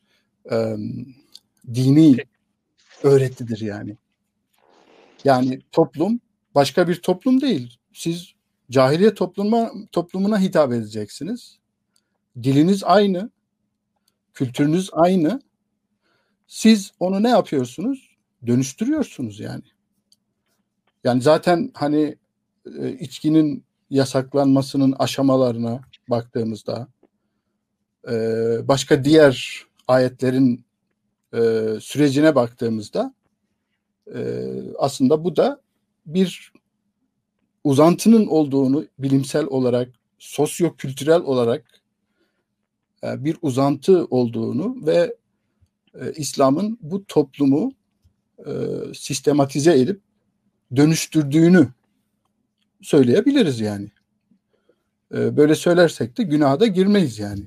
dini öğretidir yani. Yani toplum başka bir toplum değil. Siz cahiliye toplumuna hitap edeceksiniz. Diliniz aynı, kültürünüz aynı. Siz onu ne yapıyorsunuz? Dönüştürüyorsunuz yani. Yani zaten hani içkinin yasaklanmasının aşamalarına baktığımızda başka diğer ayetlerin sürecine baktığımızda aslında bu da bir uzantının olduğunu bilimsel olarak, sosyo-kültürel olarak bir uzantı olduğunu ve İslam'ın bu toplumu sistematize edip dönüştürdüğünü söyleyebiliriz yani. Böyle söylersek de günaha da girmeyiz yani.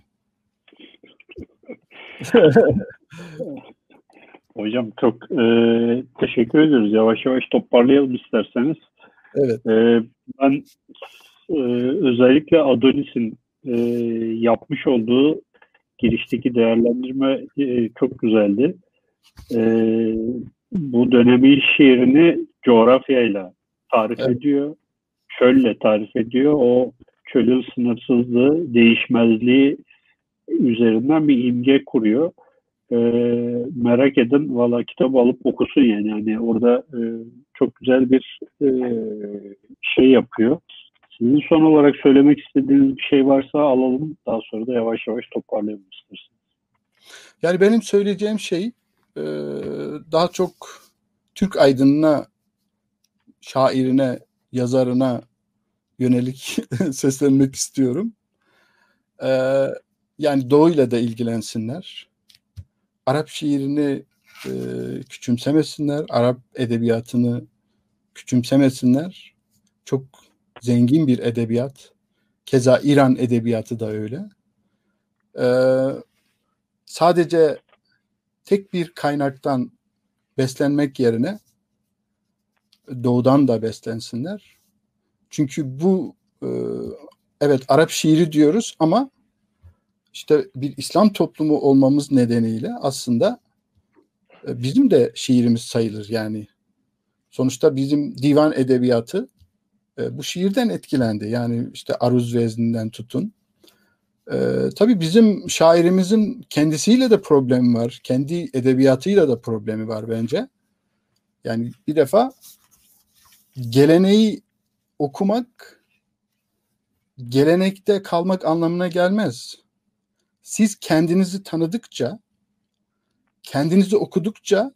Hocam çok teşekkür ediyoruz. Yavaş yavaş toparlayalım isterseniz. Evet. Ben özellikle Adonis'in yapmış olduğu girişteki değerlendirme çok güzeldi. Bu dönemin şiirini coğrafyayla tarif ediyor. Çölle tarif ediyor. O çölün sınırsızlığı, değişmezliği üzerinden bir imge kuruyor. merak eden valla kitabı alıp okusun yani. Yani orada çok güzel bir şey yapıyor. Sizin son olarak söylemek istediğiniz bir şey varsa alalım. Daha sonra da yavaş yavaş toparlayalım isterseniz. Yani benim söyleyeceğim şey daha çok Türk aydınına, şairine, yazarına yönelik seslenmek istiyorum. Yani Doğu'yla da ilgilensinler. Arap şiirini küçümsemesinler. Arap edebiyatını küçümsemesinler. Çok zengin bir edebiyat. Keza İran edebiyatı da öyle. Sadece tek bir kaynaktan beslenmek yerine Doğu'dan da beslensinler. Çünkü bu evet Arap şiiri diyoruz ama işte bir İslam toplumu olmamız nedeniyle aslında bizim de şiirimiz sayılır yani. Sonuçta bizim divan edebiyatı bu şiirden etkilendi. Yani işte aruz vezninden tutun. Tabii bizim şairimizin kendisiyle de problemi var. Kendi edebiyatıyla da problemi var bence. Yani bir defa geleneği okumak gelenekte kalmak anlamına gelmez. Siz kendinizi tanıdıkça, kendinizi okudukça,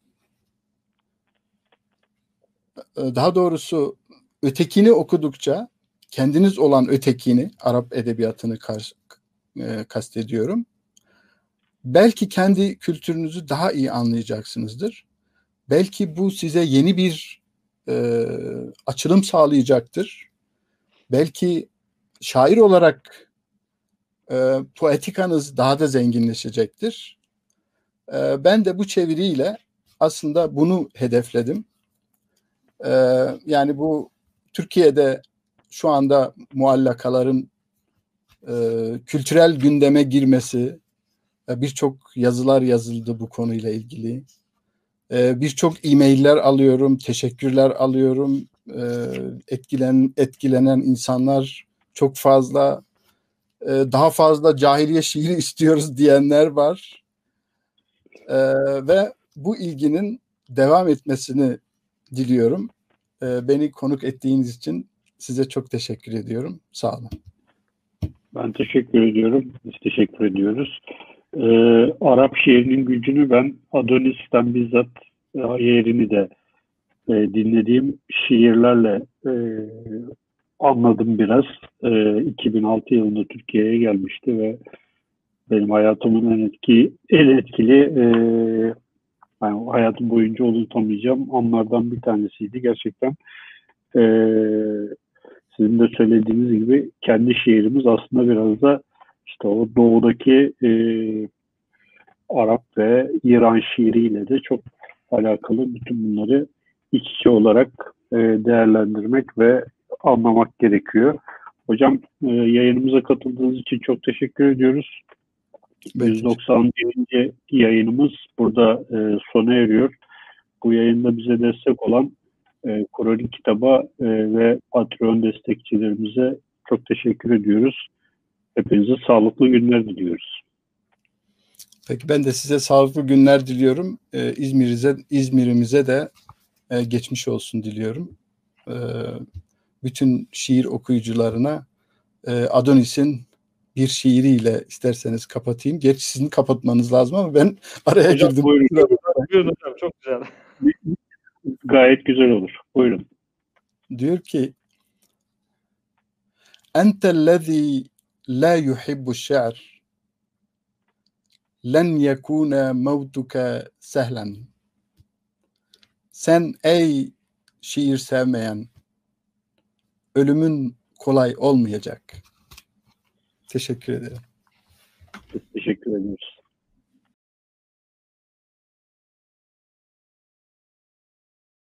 daha doğrusu ötekini okudukça, kendiniz olan ötekini, Arap edebiyatını kastediyorum. Belki kendi kültürünüzü daha iyi anlayacaksınızdır. Belki bu size yeni bir açılım sağlayacaktır. Belki şair olarak poetikanız daha da zenginleşecektir. Ben de bu çeviriyle aslında bunu hedefledim. Yani bu Türkiye'de şu anda muallakaların kültürel gündeme girmesi, birçok yazılar yazıldı bu konuyla ilgili. Birçok e-mailler alıyorum, teşekkürler alıyorum. Etkilenen insanlar çok fazla. Daha fazla cahiliye şiiri istiyoruz diyenler var. Ve bu ilginin devam etmesini diliyorum. Beni konuk ettiğiniz için size çok teşekkür ediyorum. Sağ olun. Ben teşekkür ediyorum. Biz teşekkür ediyoruz. Arap şiirinin gücünü ben Adonis'ten bizzat yerini de dinlediğim şiirlerle anladım biraz. 2006 yılında Türkiye'ye gelmişti ve benim hayatımın en etkili yani hayatım boyunca unutamayacağım anlardan bir tanesiydi. Gerçekten sizin de söylediğiniz gibi kendi şiirimiz aslında biraz da işte o doğudaki Arap ve İran şiiriyle de çok alakalı. Bütün bunları iç içe olarak değerlendirmek ve anlamak gerekiyor. Hocam yayınımıza katıldığınız için çok teşekkür ediyoruz. 191. yayınımız burada sona eriyor. Bu yayında bize destek olan Kronik Kitaba ve Patreon destekçilerimize çok teşekkür ediyoruz. Hepinize sağlıklı günler diliyoruz. Peki ben de size sağlıklı günler diliyorum. İzmir'imize de geçmiş olsun diliyorum. Bütün şiir okuyucularına Adonis'in bir şiiriyle isterseniz kapatayım. Gerçi sizin kapatmanız lazım ama ben araya hocam, girdim. Buyurun hocam, çok güzel. Gayet güzel olur. Buyurun. Diyor ki Entellezî la yuhibbu şi'r len yekûne mevtuke sehlen. Sen ey şiir sevmeyen, ölümün kolay olmayacak. Teşekkür ederim. Teşekkür ediyoruz.